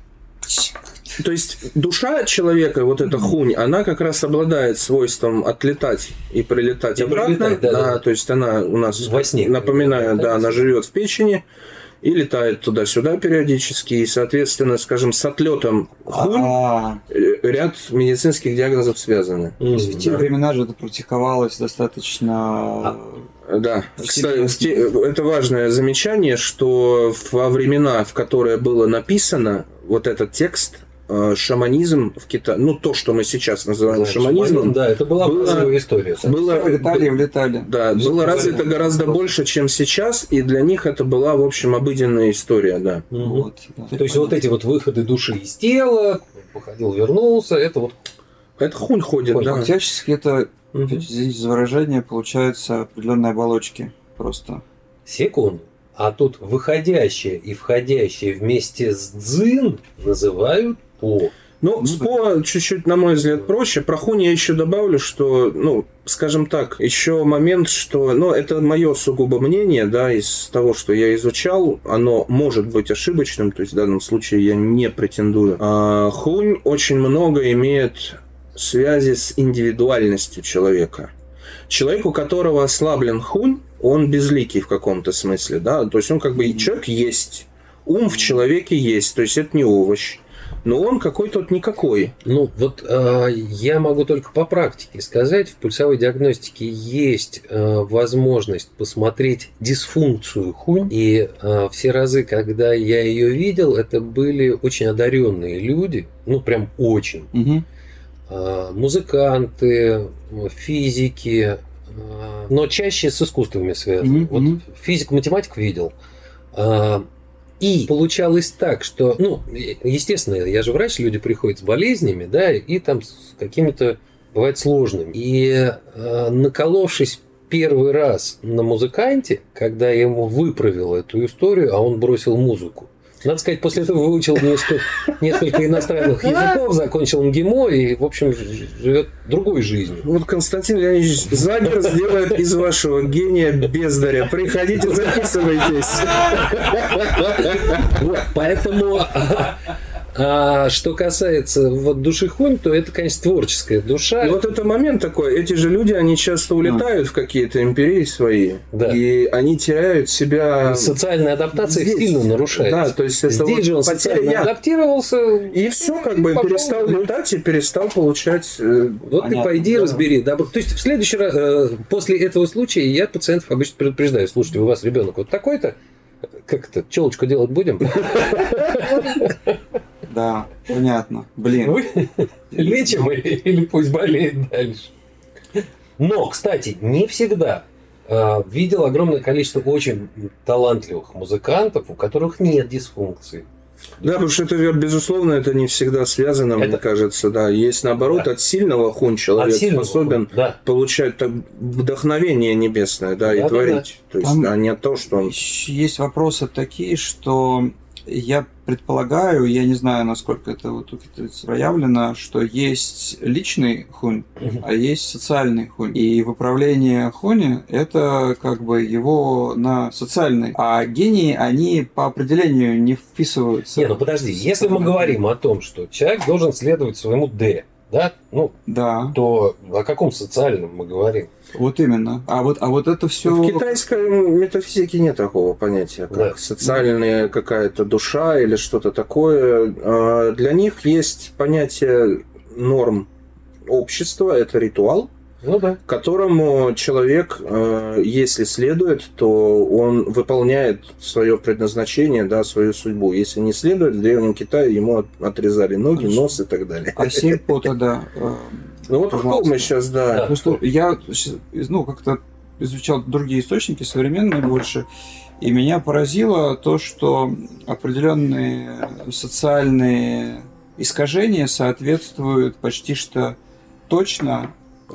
Speaker 3: То есть душа человека, вот эта хунь, она как раз обладает свойством отлетать и прилетать
Speaker 1: И
Speaker 3: обратно.
Speaker 1: прилетать, да, да.
Speaker 3: То есть она у нас,
Speaker 1: Во сне.
Speaker 3: напоминаю,
Speaker 1: Да,
Speaker 3: да,
Speaker 1: да.
Speaker 3: она живет в печени и летает туда-сюда периодически. И, соответственно, скажем, с отлетом хунь
Speaker 4: А,
Speaker 3: э, ряд медицинских диагнозов связаны.
Speaker 1: М,
Speaker 4: в те
Speaker 3: Да.
Speaker 4: времена же это практиковалось достаточно...
Speaker 3: Да,
Speaker 4: Серьезно.
Speaker 3: кстати, это важное замечание, что во времена, в которые было написано вот этот текст, э, шаманизм в Китае, ну то, что мы сейчас называем
Speaker 1: Знаешь,
Speaker 3: шаманизмом,
Speaker 1: да, это была
Speaker 3: было-
Speaker 1: базовая история.
Speaker 3: было,
Speaker 4: Летали и влетали.
Speaker 3: да, было развито гораздо больше, чем сейчас, и для них это была, в общем, обыденная история, да.
Speaker 1: Мгм.
Speaker 4: Вот, да.
Speaker 1: То есть вот эти вот выходы души из тела, походил, вернулся, это вот...
Speaker 3: Это хунь ходит,
Speaker 1: Хунь,
Speaker 3: да.
Speaker 4: Фактически это,
Speaker 1: Мгм.
Speaker 4: извините за выражение, получаются определенные оболочки просто.
Speaker 1: Секунду. А тут выходящее и входящее вместе с дзин называют по.
Speaker 3: Ну, с По чуть-чуть, на мой взгляд, проще. Про хунь я еще добавлю, что, ну, скажем так, еще момент, что, ну, это мое сугубо мнение, да, из того, что я изучал, оно может быть ошибочным, то есть в данном случае я не претендую. А хунь очень много имеет связи с индивидуальностью человека. Человек, у которого ослаблен хунь, он безликий в каком-то смысле, да, то есть он как бы человек есть, ум в человеке есть, то есть это не овощ. Но он какой-то вот никакой.
Speaker 1: Ну, вот э, я могу только по практике сказать, в пульсовой диагностике есть э, возможность посмотреть дисфункцию хунь. И э, все разы, когда я ее видел, это были очень одаренные люди, ну, прям очень.
Speaker 4: Угу.
Speaker 1: Э, музыканты, физики, э, но чаще с искусствами связаны.
Speaker 4: Мгм,
Speaker 1: Вот
Speaker 4: мгм.
Speaker 1: физик-математик видел. Э, И получалось так, что, ну, естественно, я же врач, люди приходят с болезнями, да, и там с какими-то, бывает, сложными. И э, наколовшись первый раз на музыканте, когда я ему выправил эту историю, а он бросил музыку. Надо сказать, после этого выучил несколько, несколько иностранных языков, закончил МГИМО и, в общем, живет другой жизнью.
Speaker 3: Вот Константин Леонидович Загер сделает из вашего гения бездаря. Приходите, записывайтесь.
Speaker 1: Вот, поэтому, а, а, что касается вот души хунь, то это, конечно, творческая душа.
Speaker 3: И вот это момент такой. Эти же люди, они часто улетают в какие-то империи свои.
Speaker 1: Да.
Speaker 3: И они теряют себя.
Speaker 1: Социальная адаптация
Speaker 3: здесь.
Speaker 1: сильно нарушается.
Speaker 3: Да, то есть это
Speaker 1: Здесь
Speaker 3: вот
Speaker 1: же он
Speaker 3: потеря
Speaker 1: социально
Speaker 3: я.
Speaker 1: адаптировался.
Speaker 3: И все, как бы
Speaker 1: Пошел.
Speaker 3: перестал летать и перестал получать. э,
Speaker 1: Вот
Speaker 4: Понятно,
Speaker 1: ты пойди
Speaker 4: да.
Speaker 1: разбери. Да. То есть в следующий раз, э, после этого случая, я пациентов обычно предупреждаю: слушайте, у вас ребенок вот такой-то, как это, челочку делать будем?
Speaker 4: Да, понятно. Блин.
Speaker 1: Вы лечим или, или пусть болеет дальше. Но, кстати, не всегда э, видел огромное количество очень талантливых музыкантов, у которых нет дисфункций.
Speaker 3: Да, потому что это, безусловно, это не всегда связано, это... мне кажется, да. Есть, наоборот, да. от сильного хун человек сильного способен хун, да. получать так, вдохновение небесное, да, да и да, творить. Да. То есть,
Speaker 4: Там
Speaker 3: а не то, что он...
Speaker 4: Есть вопросы такие, что я предполагаю, я не знаю, насколько это вот тут проявлено, что есть личный хунь, uh-huh. а есть социальный хунь. И выправление хуни – это как бы его на социальный. А гении, они по определению не вписываются.
Speaker 1: Не, ну подожди, если мы говорим о том, что человек должен следовать своему «Д», да? Ну,
Speaker 4: да.
Speaker 1: то о каком социальном мы говорим?
Speaker 4: Вот именно. А вот, а вот это все.
Speaker 3: В китайской метафизике нет такого понятия, как да. социальная какая-то душа или что-то такое. Для них есть понятие норм общества, это ритуал.
Speaker 1: Ну, да.
Speaker 3: Которому человек, если следует, то он выполняет свое предназначение, да, свою судьбу. Если не следует, в Древнем Китае ему отрезали ноги, Хорошо. нос и так далее.
Speaker 4: А семь-по тогда...
Speaker 3: Ну вот кто мы сейчас, да.
Speaker 4: да. Что я ну, как-то изучал другие источники, современные больше, и меня поразило то, что определенные социальные искажения соответствуют почти что точно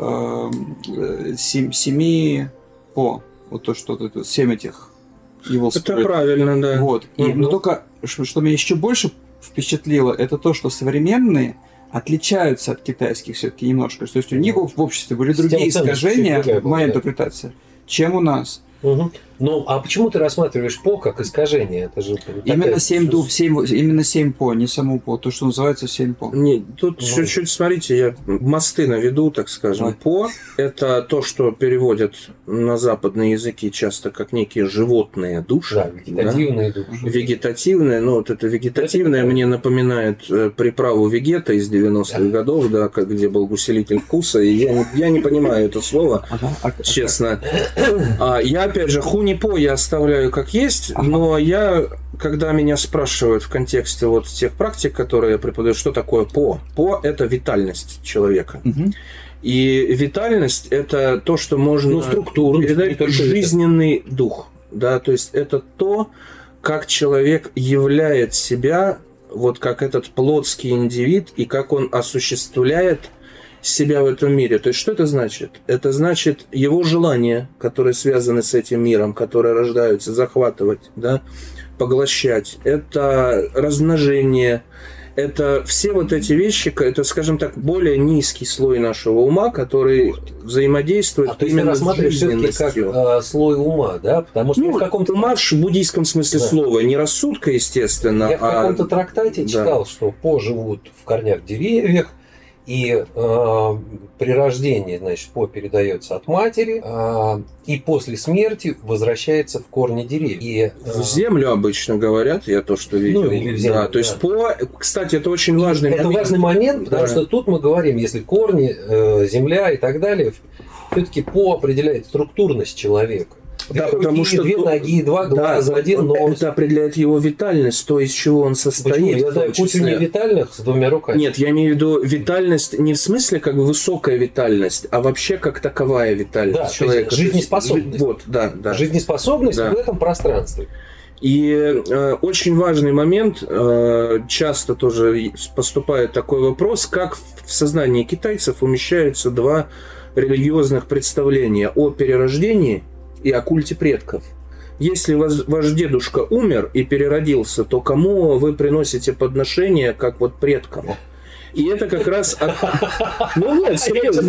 Speaker 4: семи по, вот то, что это семь этих его
Speaker 3: Это строит. Правильно, да.
Speaker 4: Вот. И, угу. Но только, что, что меня еще больше впечатлило, это то, что современные отличаются от китайских все-таки немножко. То есть у них в обществе были другие искажения, моя интерпретация, чем у нас.
Speaker 1: Угу. Ну, а почему ты рассматриваешь по как искажение? Это же
Speaker 4: именно семь дуб, семь, именно семь по, не саму по, то, что называется семь по.
Speaker 3: Не, тут ну, чуть-чуть, смотрите, я мосты наведу, так скажем. Да. По – это то, что переводят на западные языки часто как некие животные души.
Speaker 1: Да, вегетативные да? души.
Speaker 3: Вегетативные, ну, вот это вегетативное это мне напоминает приправу вегета из девяностых да. годов, да, как, где был усилитель вкуса, и я не, я не понимаю это слово, ага. честно. А, я, опять же, ху не по я оставляю как есть, ага. но я, когда меня спрашивают в контексте вот тех практик, которые я преподаю, что такое по? По – это витальность человека. Угу. И витальность – это то, что можно ну, структуру, передать жизненный это. дух. Да? То есть это то, как человек являет себя, вот как этот плотский индивид, и как он осуществляет себя в этом мире. То есть, что это значит? Это значит его желания, которые связаны с этим миром, которые рождаются, захватывать, да, поглощать. Это размножение. Это все вот эти вещи, это, скажем так, более низкий слой нашего ума, который взаимодействует
Speaker 1: а именно с жизненностью. Как э, слой ума, да? Потому что
Speaker 3: ну, в каком-то ума в буддийском смысле да. слова, не рассудка, естественно.
Speaker 1: Я в каком-то а... трактате да. читал, что по живут в корнях деревьев, и э, при рождении, значит, по передается от матери, э, и после смерти возвращается в корни деревьев. И, э,
Speaker 3: в землю обычно говорят, я то, что видел.
Speaker 1: Ну, или в землю,
Speaker 3: да, то есть по, кстати, это очень важный
Speaker 1: это момент. Это важный момент, потому да. что тут мы говорим, если корни, э, земля и так далее, все-таки по определяет структурность человека.
Speaker 3: Да, потому что
Speaker 1: две ноги, два глаза,
Speaker 3: да,
Speaker 1: один нос.
Speaker 3: Это определяет его витальность, то, из чего он состоит.
Speaker 1: Почему? Я знаю кучу невитальных с двумя руками.
Speaker 3: Нет, я имею в виду витальность не в смысле как бы высокая витальность, а вообще как таковая витальность
Speaker 1: да,
Speaker 3: человека.
Speaker 1: Жизнеспособность.
Speaker 3: Вот, да, да.
Speaker 1: Жизнеспособность да. в этом пространстве.
Speaker 3: И э, очень важный момент, э, часто тоже поступает такой вопрос, как в сознании китайцев умещаются два религиозных представления о перерождении и о культе предков. Если ваш дедушка умер и переродился, то кому вы приносите подношение, как вот предкам? И это как раз... Ну нет, серьезно.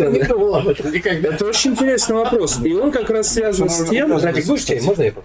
Speaker 3: Это очень интересный вопрос. И он как раз связан с тем...
Speaker 1: Можно я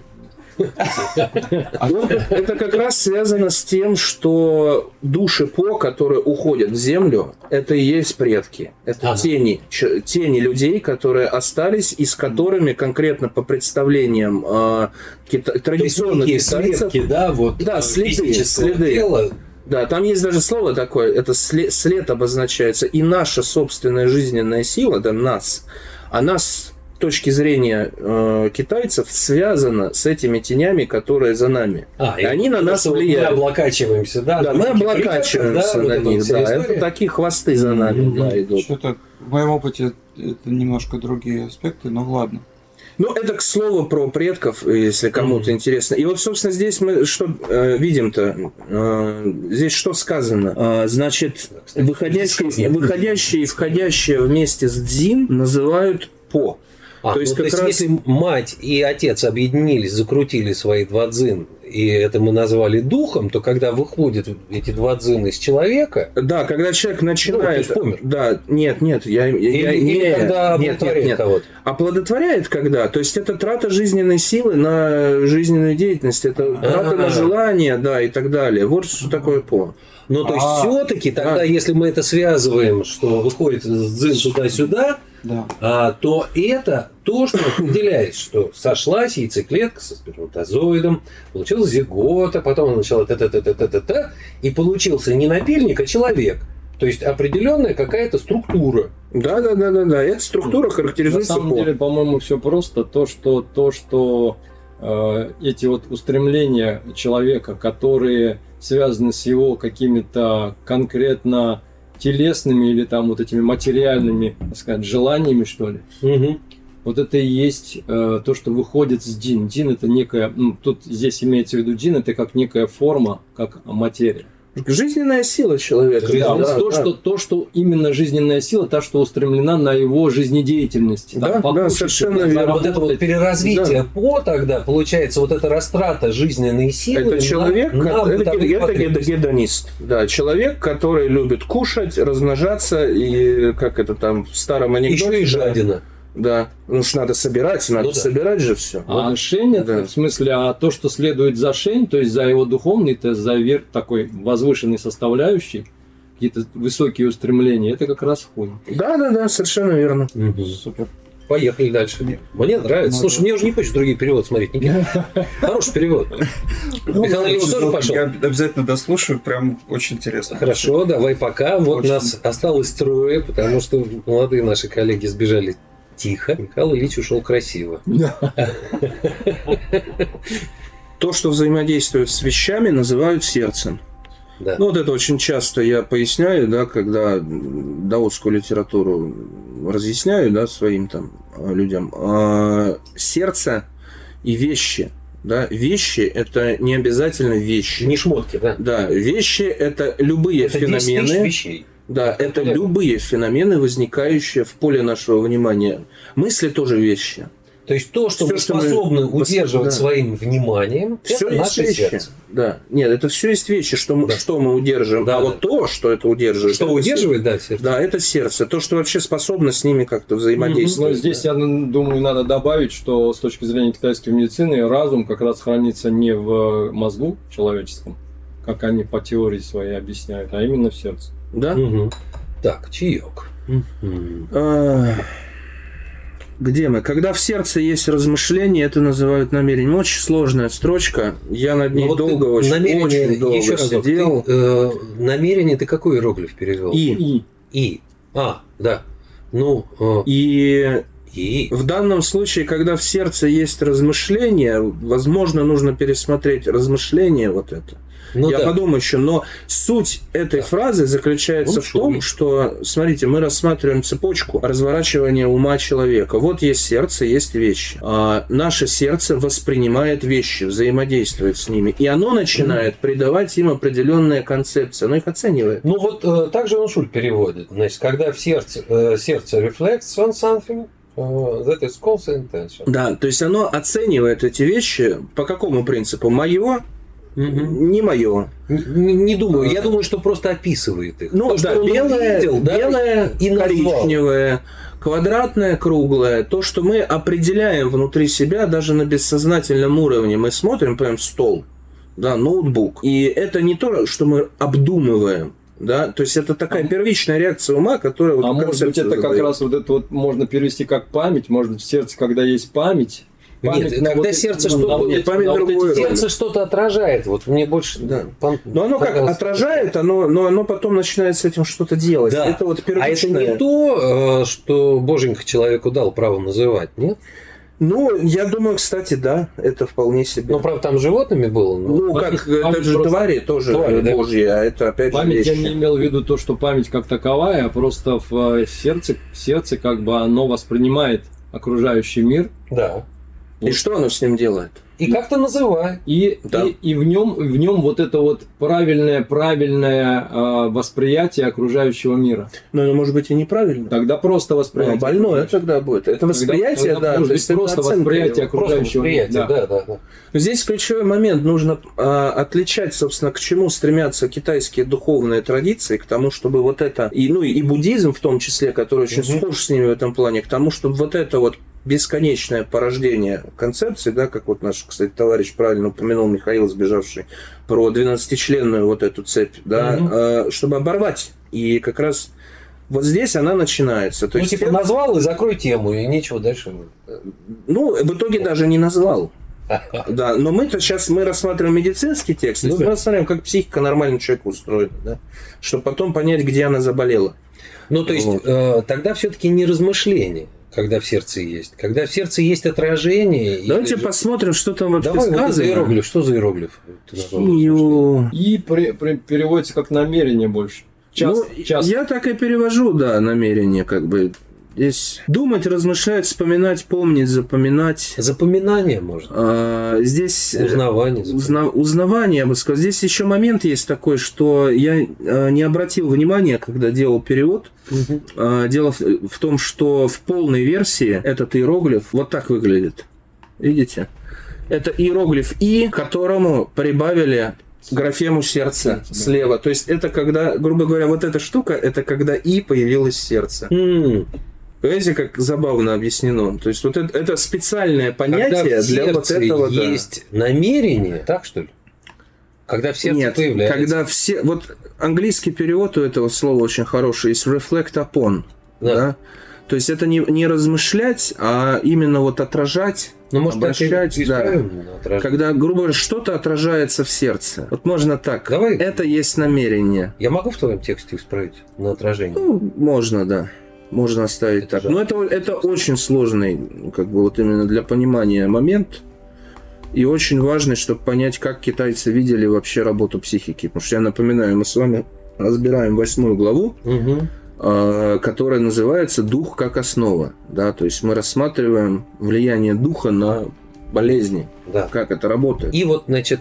Speaker 3: Это как раз связано с тем, что души по, которые уходят в землю, это и есть предки. Это ага. тени, тени людей, которые остались и с которыми конкретно по представлениям э, кита- традиционных китайцев...
Speaker 1: Следки, да, вот,
Speaker 3: да, следы, следы. Тела. Да, там есть даже слово такое, это след, след обозначается, и наша собственная жизненная сила, да, нас, она с точки зрения э, китайцев связана с этими тенями, которые за нами. А, и они на нас влияют.
Speaker 1: Мы облокачиваемся, да?
Speaker 3: Да, мы облокачиваемся да, на вот них, да. Это такие хвосты за нами mm-hmm. да, идут.
Speaker 4: Что-то в моем опыте это немножко другие аспекты, но ладно.
Speaker 3: Ну, это к слову про предков, если кому-то mm-hmm. интересно. И вот, собственно, здесь мы что э, видим-то? Э, здесь что сказано? Э, значит, выходящие, выходящие и входящие вместе с дзин называют по.
Speaker 1: А,
Speaker 3: то есть,
Speaker 1: ну,
Speaker 3: как
Speaker 1: то есть
Speaker 3: раз...
Speaker 1: если мать и отец объединились, закрутили свои два дзин, и это мы назвали духом, то когда выходят эти два дзина из человека...
Speaker 3: Да, когда человек начинает...
Speaker 1: Ну, помер.
Speaker 3: Да, нет, нет, я...
Speaker 1: Или,
Speaker 3: я
Speaker 1: или
Speaker 3: не,
Speaker 1: когда
Speaker 3: нет, нет, нет.
Speaker 1: кого-то.
Speaker 3: Оплодотворяет когда? То есть, это трата жизненной силы на жизненную деятельность, это трата А-а-а. на желание, да, и так далее. Вот что такое по.
Speaker 1: Ну, то есть,
Speaker 3: А,
Speaker 1: все-таки тогда,
Speaker 3: да.
Speaker 1: если мы это связываем, что выходит дзин туда-сюда,
Speaker 4: да.
Speaker 1: а, то это то, что определяет, что сошлась яйцеклетка со сперматозоидом, получилась зигота, потом она начала та-та-та-та-та-та, и получился не напильник, а человек. То есть определенная какая-то структура.
Speaker 3: Да, да, да, да, да. Эта структура характеризуется
Speaker 2: по. На самом
Speaker 3: по.
Speaker 2: деле, по-моему, все просто. То, что, то, что э, эти вот устремления человека, которые связаны с его какими-то конкретно телесными или там вот этими материальными, так сказать, желаниями, что ли.
Speaker 1: Угу.
Speaker 2: Вот это и есть э, то, что выходит с дзин. Дзин это некая, ну, тут здесь имеется в виду дзин, это как некая форма, как материя.
Speaker 3: Жизненная сила человека.
Speaker 2: Да,
Speaker 3: да,
Speaker 2: то,
Speaker 3: да.
Speaker 2: Что, то, что именно жизненная сила, та, что устремлена на его жизнедеятельность.
Speaker 3: Да,
Speaker 2: там,
Speaker 3: да, совершенно
Speaker 2: там,
Speaker 3: верно.
Speaker 1: Вот это вот переразвитие да. по тогда, получается, вот эта растрата жизненной силы.
Speaker 3: Это человек,
Speaker 1: на,
Speaker 3: как,
Speaker 1: на
Speaker 3: это, это гедонист. Да, человек, который любит кушать, размножаться и, как это там в старом анекдоте.
Speaker 1: Еще и жадина.
Speaker 3: Да, ну ж надо собирать, надо ну, собирать да. же все.
Speaker 2: А вот. Шень, это, да. в смысле, а то, что следует за шень, то есть за его духовный, то есть за верх такой возвышенной составляющей, какие-то высокие устремления, это как раз хунь.
Speaker 3: Да, да, да, совершенно верно.
Speaker 1: Угу. Супер. Поехали дальше. Мне нравится. Слушай, мне уже не хочется другие переводы смотреть. Никита. Хороший перевод.
Speaker 4: Михаил Ильич тоже пошел. Я обязательно дослушаю, прям очень интересно.
Speaker 1: Хорошо, давай пока. Вот нас осталось трое, потому что молодые наши коллеги сбежали тихо. Михаил Ильич ушел красиво.
Speaker 3: То, что взаимодействует с вещами, называют сердцем. Да. Ну, вот это очень часто я поясняю, да, когда даосскую литературу разъясняю, да, своим там людям. А, сердце и вещи. Да, вещи – это не обязательно вещи.
Speaker 1: Не шмотки, да?
Speaker 3: Да, вещи – это любые это феномены. Вещей. Да, это, это любые феномены, возникающие в поле нашего внимания. Мысли тоже вещи.
Speaker 1: То есть то, что все, мы способны что мы... удерживать да. своим вниманием,
Speaker 3: все
Speaker 1: это наше
Speaker 3: вещи.
Speaker 1: Сердце.
Speaker 3: Да. Нет, это все есть вещи, что мы, да. что мы удерживаем. Да, а да. вот то, что это удерживает.
Speaker 1: Что
Speaker 3: это
Speaker 1: удерживает,
Speaker 3: сердце.
Speaker 1: да, сердце.
Speaker 3: Да, это сердце. То, что вообще способно с ними как-то взаимодействовать.
Speaker 2: Но здесь,
Speaker 3: да.
Speaker 2: я думаю, надо добавить, что с точки зрения китайской медицины разум как раз хранится не в мозгу человеческом, как они по теории своей объясняют, а именно в сердце.
Speaker 3: Да?
Speaker 1: Угу. Так, чаек.
Speaker 3: А, где мы? Когда в сердце есть размышления, это называют намерением. Очень сложная строчка. Я над ней вот долго, очень, очень долго еще сидел.
Speaker 1: Ты, э, намерение ты какой иероглиф перевел?
Speaker 3: И.
Speaker 2: И.
Speaker 1: И. А, да. Ну. Э,
Speaker 3: и.
Speaker 1: И.
Speaker 3: В данном случае, когда в сердце есть размышления, возможно, нужно пересмотреть размышления вот это. Ну, я да. подумаю еще, но суть этой да. фразы заключается Лучше. в том, что, смотрите, мы рассматриваем цепочку разворачивания ума человека. Вот есть сердце, есть вещи. А наше сердце воспринимает вещи, взаимодействует с ними, и оно начинает mm-hmm. придавать им определенные концепции, оно их оценивает.
Speaker 1: Ну вот э, так же он Шуль переводит. Значит, когда в сердце, э, сердце reflects on something, that is called intention.
Speaker 3: Да, то есть оно оценивает эти вещи по какому принципу? Мое? Угу. Не мое.
Speaker 1: Не, не думаю. Я думаю, что просто описывает их.
Speaker 3: Ну,
Speaker 1: то,
Speaker 3: да,
Speaker 1: что
Speaker 3: белое,
Speaker 1: видел,
Speaker 3: белое
Speaker 1: да, и
Speaker 3: коричневое, квадратное, круглое. То, что мы определяем внутри себя даже на бессознательном уровне. Мы смотрим прям в стол, да, ноутбук. И это не то, что мы обдумываем. Да? То есть это такая первичная реакция ума, которая...
Speaker 2: А вот может быть, это задает. Как раз вот это вот можно перевести как память. Может быть, в сердце, когда есть память,
Speaker 1: Память, нет, когда вот сердце что-то, нет, память другое, сердце что-то отражает, вот мне больше. Да.
Speaker 3: Пом... Но оно как отражает, оно, но оно потом начинает с этим что-то делать.
Speaker 1: Да.
Speaker 3: Это вот первичное.
Speaker 1: А это не то, что Боженька человеку дал право называть, нет?
Speaker 3: Ну, я думаю, кстати, да, это вполне себе.
Speaker 1: Ну, правда, там животными было. Но...
Speaker 3: Ну,
Speaker 2: память,
Speaker 3: как, память это же
Speaker 2: просто...
Speaker 3: твари тоже
Speaker 1: твари,
Speaker 3: божьи, да? А это опять
Speaker 2: память
Speaker 3: же
Speaker 2: вещи. Я не имел в виду то, что память как таковая, а просто в сердце, сердце как бы оно воспринимает окружающий мир.
Speaker 1: Да.
Speaker 3: И что оно с ним делает?
Speaker 1: И как-то называй.
Speaker 2: И,
Speaker 3: Да.
Speaker 2: и, и в нем, в нем вот это вот правильное, правильное э, восприятие окружающего мира.
Speaker 3: Ну, оно может быть и неправильно.
Speaker 2: Тогда просто
Speaker 3: Ну,
Speaker 2: восприятие.
Speaker 3: больное тогда будет. Это восприятие,
Speaker 2: тогда
Speaker 3: да.
Speaker 2: может
Speaker 3: то
Speaker 2: быть
Speaker 3: есть это
Speaker 2: просто
Speaker 3: оценка
Speaker 2: восприятие
Speaker 3: его.
Speaker 1: Просто
Speaker 2: окружающего мира.
Speaker 1: восприятие, да, да, да.
Speaker 3: Но здесь ключевой момент. Нужно а, отличать, собственно, к чему стремятся китайские духовные традиции, к тому, чтобы вот это, и, ну и буддизм в том числе, который очень
Speaker 1: Мгм.
Speaker 3: схож с ними в этом плане, к тому, чтобы вот это вот бесконечное порождение концепции, да, как вот наш, кстати, товарищ правильно упомянул, Михаил, сбежавший, про двенадцатичленную вот эту цепь, да,
Speaker 1: Мгм.
Speaker 3: э, чтобы оборвать. И как раз вот здесь она начинается. То
Speaker 1: Ну,
Speaker 3: есть,
Speaker 1: типа, назвал и закрой тему, и нечего дальше.
Speaker 3: ну, в итоге даже не назвал. Да, но мы-то сейчас мы рассматриваем медицинский текст,
Speaker 1: Ну
Speaker 3: то есть
Speaker 1: да.
Speaker 3: мы рассматриваем, как психика нормального человека устроена, да, чтобы потом понять, где она заболела.
Speaker 1: Ну, то есть,
Speaker 3: Вот.
Speaker 1: э, тогда все-таки не размышление, когда в сердце есть. Когда в сердце есть отражение. и
Speaker 3: Давайте
Speaker 1: лежит-
Speaker 3: посмотрим, что там вообще
Speaker 1: Давай, вот это
Speaker 3: сказано.
Speaker 1: иероглиф. Что за иероглиф? Ты назвал?
Speaker 3: Ю.
Speaker 2: И при- при- переводится как намерение больше. Часто,
Speaker 3: Ну,
Speaker 2: часто.
Speaker 3: я так и перевожу, да, намерение, как бы. Здесь думать, размышлять, вспоминать, помнить, запоминать.
Speaker 1: Запоминание, может.
Speaker 3: А, здесь э,
Speaker 1: Узнавание.
Speaker 3: узна- узнавание, я бы сказал. Здесь еще момент есть такой, что я э, не обратил внимания, когда делал перевод.
Speaker 1: Мгм.
Speaker 3: А, Дело в, в том, что в полной версии этот иероглиф вот так выглядит. Видите? Это иероглиф И, которому прибавили графему сердца
Speaker 2: Да.
Speaker 3: слева. То есть это когда, грубо говоря, вот эта штука, это когда И появилось сердце.
Speaker 1: М.
Speaker 3: Понимаете, как забавно объяснено? То есть вот это, это специальное понятие
Speaker 1: Когда в
Speaker 3: для вот
Speaker 1: сердце
Speaker 3: этого. да.
Speaker 1: есть намерение, так что ли? Когда в сердце
Speaker 3: Нет,
Speaker 1: появляется.
Speaker 3: когда все... Вот английский перевод у этого слова очень хороший, есть reflect upon.
Speaker 1: Да.
Speaker 3: Да. То есть это не, не размышлять, а именно вот отражать,
Speaker 1: Ну, может,
Speaker 3: обращать,
Speaker 1: так и
Speaker 3: да.
Speaker 1: исправим на отражение.
Speaker 3: когда, грубо говоря, что-то отражается в сердце. Вот можно так.
Speaker 1: Давай.
Speaker 3: Это есть намерение.
Speaker 1: Я могу в твоем тексте исправить на отражение?
Speaker 3: Ну, можно, да. Можно оставить
Speaker 1: Это
Speaker 3: так.
Speaker 1: да.
Speaker 3: Но это, это очень сложный, как бы вот именно для понимания момент. И очень важный, чтобы понять, как китайцы видели вообще работу психики. Потому что я напоминаю, мы с вами разбираем восьмую главу,
Speaker 1: Угу.
Speaker 3: э, которая называется «Дух как основа». Да? То есть мы рассматриваем влияние духа на болезни,
Speaker 1: Да.
Speaker 3: как это работает.
Speaker 1: И вот, значит,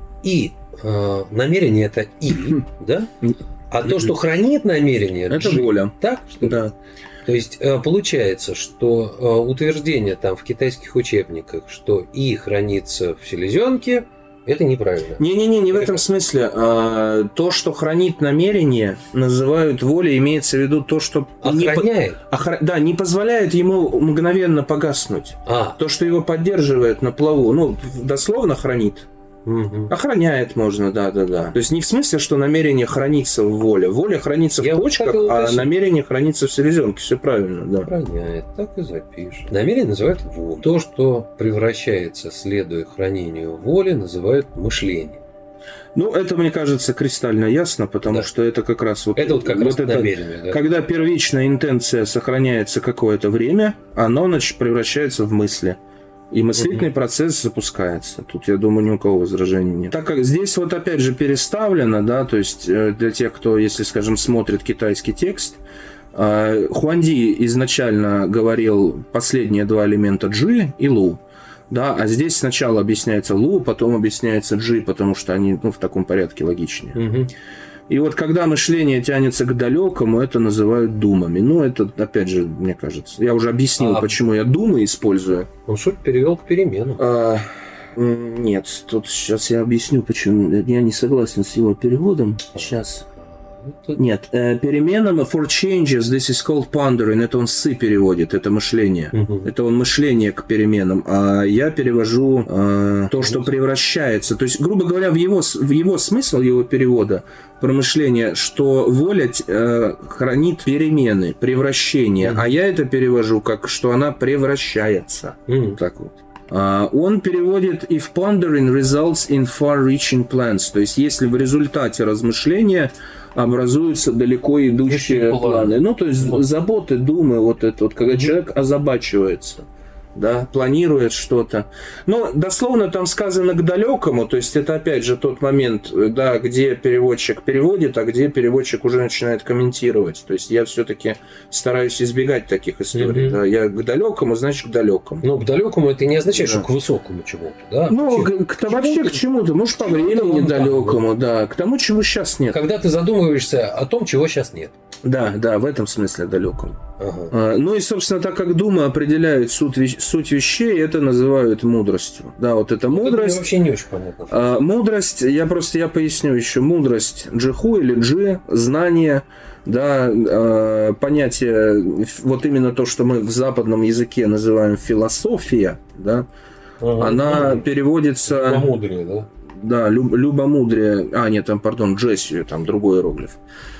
Speaker 1: и э, намерение это и, да? А то, что хранит намерение,
Speaker 3: Это
Speaker 1: джи.
Speaker 3: воля.
Speaker 1: Так, что ли?
Speaker 3: Да.
Speaker 1: То есть э, получается, что э, утверждение там в китайских учебниках, что и хранится в селезенке, это неправильно.
Speaker 3: Не-не-не, не в этом смысле. А, то, что хранит намерение, называют волей, имеется в виду то, что не по-
Speaker 1: Охраняет.
Speaker 3: охра- да, не позволяет ему мгновенно погаснуть.
Speaker 1: А,
Speaker 3: То, что его поддерживает на плаву, ну, дословно хранит.
Speaker 1: мгм.
Speaker 3: Охраняет можно, да-да-да. То есть не в смысле, что намерение хранится в воле. Воля хранится
Speaker 1: Я
Speaker 3: в
Speaker 1: вот
Speaker 3: почках,
Speaker 1: так и
Speaker 3: а
Speaker 1: уточнил.
Speaker 3: намерение хранится в селезенке. Все правильно, да.
Speaker 1: Охраняет, так и запишем. Намерение называют волей. То, что превращается, следуя хранению воли, называют мышлением.
Speaker 3: Ну, это, мне кажется, кристально ясно, потому
Speaker 1: Да.
Speaker 3: что это как раз вот...
Speaker 1: Это вот как раз
Speaker 3: это-
Speaker 1: намерение. Да.
Speaker 3: Когда первичная интенция сохраняется какое-то время, оно значит, превращается в мысли. И мыслительный процесс запускается. Тут, я думаю, ни у кого возражений нет. Так как здесь вот опять же переставлено, да, то есть э, для тех, кто, если, скажем, смотрит китайский текст, э, Хуанди изначально говорил последние два элемента джи и лу. Да, а здесь сначала объясняется лу, потом объясняется джи, потому что они ну, в таком порядке логичнее.
Speaker 1: Мгм.
Speaker 3: И вот когда мышление тянется к далекому, это называют думами. Ну, это, опять же, мне кажется. Я уже объяснил,
Speaker 1: А-
Speaker 3: почему я думы использую.
Speaker 1: Он суть перевел к переменам.
Speaker 3: А, м, нет, тут сейчас я объясню, почему. Я не согласен с его переводом. Сейчас.
Speaker 1: Это-
Speaker 3: Нет, э, переменам for changes, this is called pondering. Это он сы переводит, это мышление.
Speaker 1: Мгм.
Speaker 3: Это он мышление к переменам, а я перевожу э, то, что превращается. То есть, грубо говоря, в его, с- в его смысл его перевода про мышление, что воля э, хранит перемены, превращения,
Speaker 1: Мгм.
Speaker 3: а я это перевожу как, что она превращается.
Speaker 1: Мгм.
Speaker 3: Так вот. А, он переводит if pondering results in far-reaching plans, то есть если в результате размышления образуются далеко идущие
Speaker 1: Идущие планы.
Speaker 3: планы. Ну, то есть
Speaker 1: Вот.
Speaker 3: заботы, думы, вот это вот, когда
Speaker 1: Мгм.
Speaker 3: человек озабачивается. да, планирует что-то. Но дословно там сказано к далекому, то есть это опять же тот момент, да, где переводчик переводит, а где переводчик уже начинает комментировать. То есть я все-таки стараюсь избегать таких историй. Mm-hmm. Да. Я к далекому, значит к далекому.
Speaker 1: Ну, к далекому это не означает, да. что к высокому чему-то, да?
Speaker 3: Ну, вообще, к, к, вообще к чему-то, может, по времени далекому, да, к тому, чего сейчас нет.
Speaker 1: Когда ты задумываешься о том, чего сейчас нет.
Speaker 3: Да, да, в этом смысле далеком. Ага. Ну и, собственно, так как Дума определяет суть, суть вещей, это называют мудростью. Да, вот это мудрость. Это
Speaker 1: вообще не очень понятно.
Speaker 3: А, мудрость, я просто я поясню еще, мудрость джиху или джи, знание, да, а, понятие, вот именно то, что мы в западном языке называем философия, да, ага, она ну, переводится...
Speaker 1: Любомудрие, да?
Speaker 3: Да, люб, любомудрие, а, нет, там, пардон, джессию, там другой иероглиф.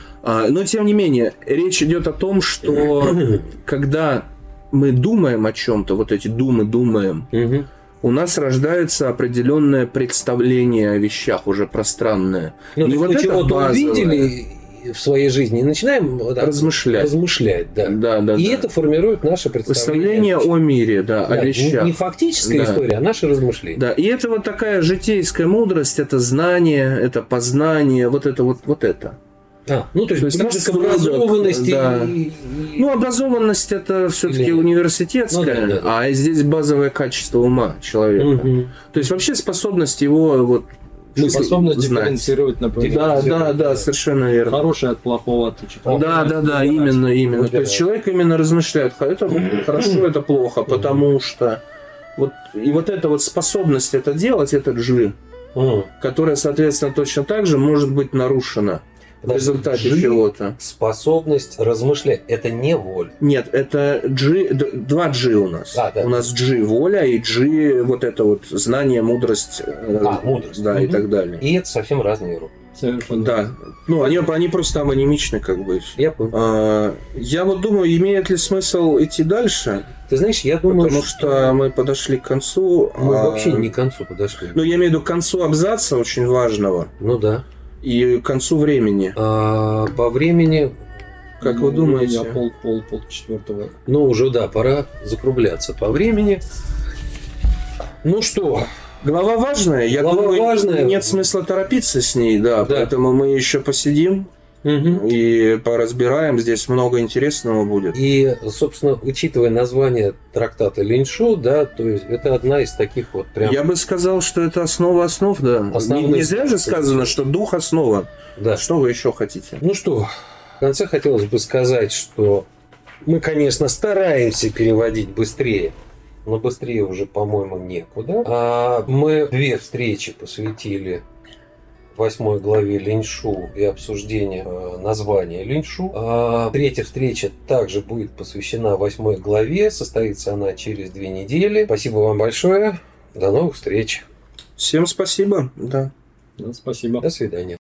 Speaker 3: Но, тем не менее, речь идет о том, что когда мы думаем о чем-то, вот эти думы думаем, угу. у нас рождается определенное представление о вещах, уже пространное.
Speaker 1: Ну, не вот мы чего-то увидели в своей жизни и начинаем да,
Speaker 3: размышлять.
Speaker 1: размышлять да.
Speaker 3: Да, да,
Speaker 1: и
Speaker 3: да.
Speaker 1: это формирует наше представление,
Speaker 3: представление о мире, да,
Speaker 1: да,
Speaker 3: о вещах.
Speaker 1: Не фактическая да. история, а наши размышления.
Speaker 3: Да, и это вот такая житейская мудрость, это знание, это познание, вот это вот, вот это.
Speaker 1: А, ну, то есть, то есть образованности.
Speaker 3: Да. И... Ну, образованность это все-таки Или... университетская, ну, да, да. а здесь базовое качество ума человека. Угу. То есть, вообще способность его вот.
Speaker 2: Способность дифференцировать, например.
Speaker 3: Да, да, да, совершенно верно.
Speaker 2: Хорошее от плохого отличить.
Speaker 3: Да, да, да, именно, именно. То есть человек именно размышляет, это хорошо, это плохо, потому что вот и вот эта вот способность это делать, это джи, которая, соответственно, точно так же может быть нарушена. В результате
Speaker 1: G,
Speaker 3: чего-то.
Speaker 1: Способность размышлять. Это не воля.
Speaker 3: Нет, это G, два G у нас. А, да. У нас G воля и G вот это вот знание, мудрость,
Speaker 1: а, мудрость.
Speaker 3: Да, угу. и так далее.
Speaker 1: И это совсем разные руки.
Speaker 2: Совершенно.
Speaker 3: Да. Ну, они, они просто амонимичны, как бы.
Speaker 1: Я понял.
Speaker 3: А, я вот думаю, имеет ли смысл идти дальше?
Speaker 1: Ты знаешь, я думаю,
Speaker 3: Потому что, что мы подошли к концу.
Speaker 1: Мы
Speaker 3: а...
Speaker 1: вообще не к концу подошли.
Speaker 3: Ну, я имею в виду к концу абзаца очень важного.
Speaker 1: Ну да.
Speaker 3: И к концу времени.
Speaker 1: А, по времени,
Speaker 3: как ну, вы думаете?
Speaker 2: Я пол, пол, пол четвертого.
Speaker 1: Ну, уже, да, пора закругляться по времени. Ну что?
Speaker 3: Глава важная. Я
Speaker 1: Глава
Speaker 3: думаю,
Speaker 1: важная.
Speaker 3: Нет смысла торопиться с ней, да, да. Поэтому мы еще посидим. Угу. И поразбираем, здесь много интересного будет.
Speaker 1: И, собственно, учитывая название трактата Линьшу, да, то есть это одна из таких вот прям...
Speaker 3: Я бы сказал, что это основа основ, да. Не, не зря же сказано, что дух основа.
Speaker 1: Да.
Speaker 3: Что вы еще хотите?
Speaker 1: Ну что, в конце хотелось бы сказать, что мы, конечно, стараемся переводить быстрее, но быстрее уже, по-моему, некуда. А мы две встречи посвятили восьмой главе Линьшу и обсуждение э, названия Линьшу. А третья встреча также будет посвящена восьмой главе. Состоится она через две недели. Спасибо вам большое. До новых встреч.
Speaker 3: Всем спасибо. Да.
Speaker 2: Да, спасибо.
Speaker 1: До свидания.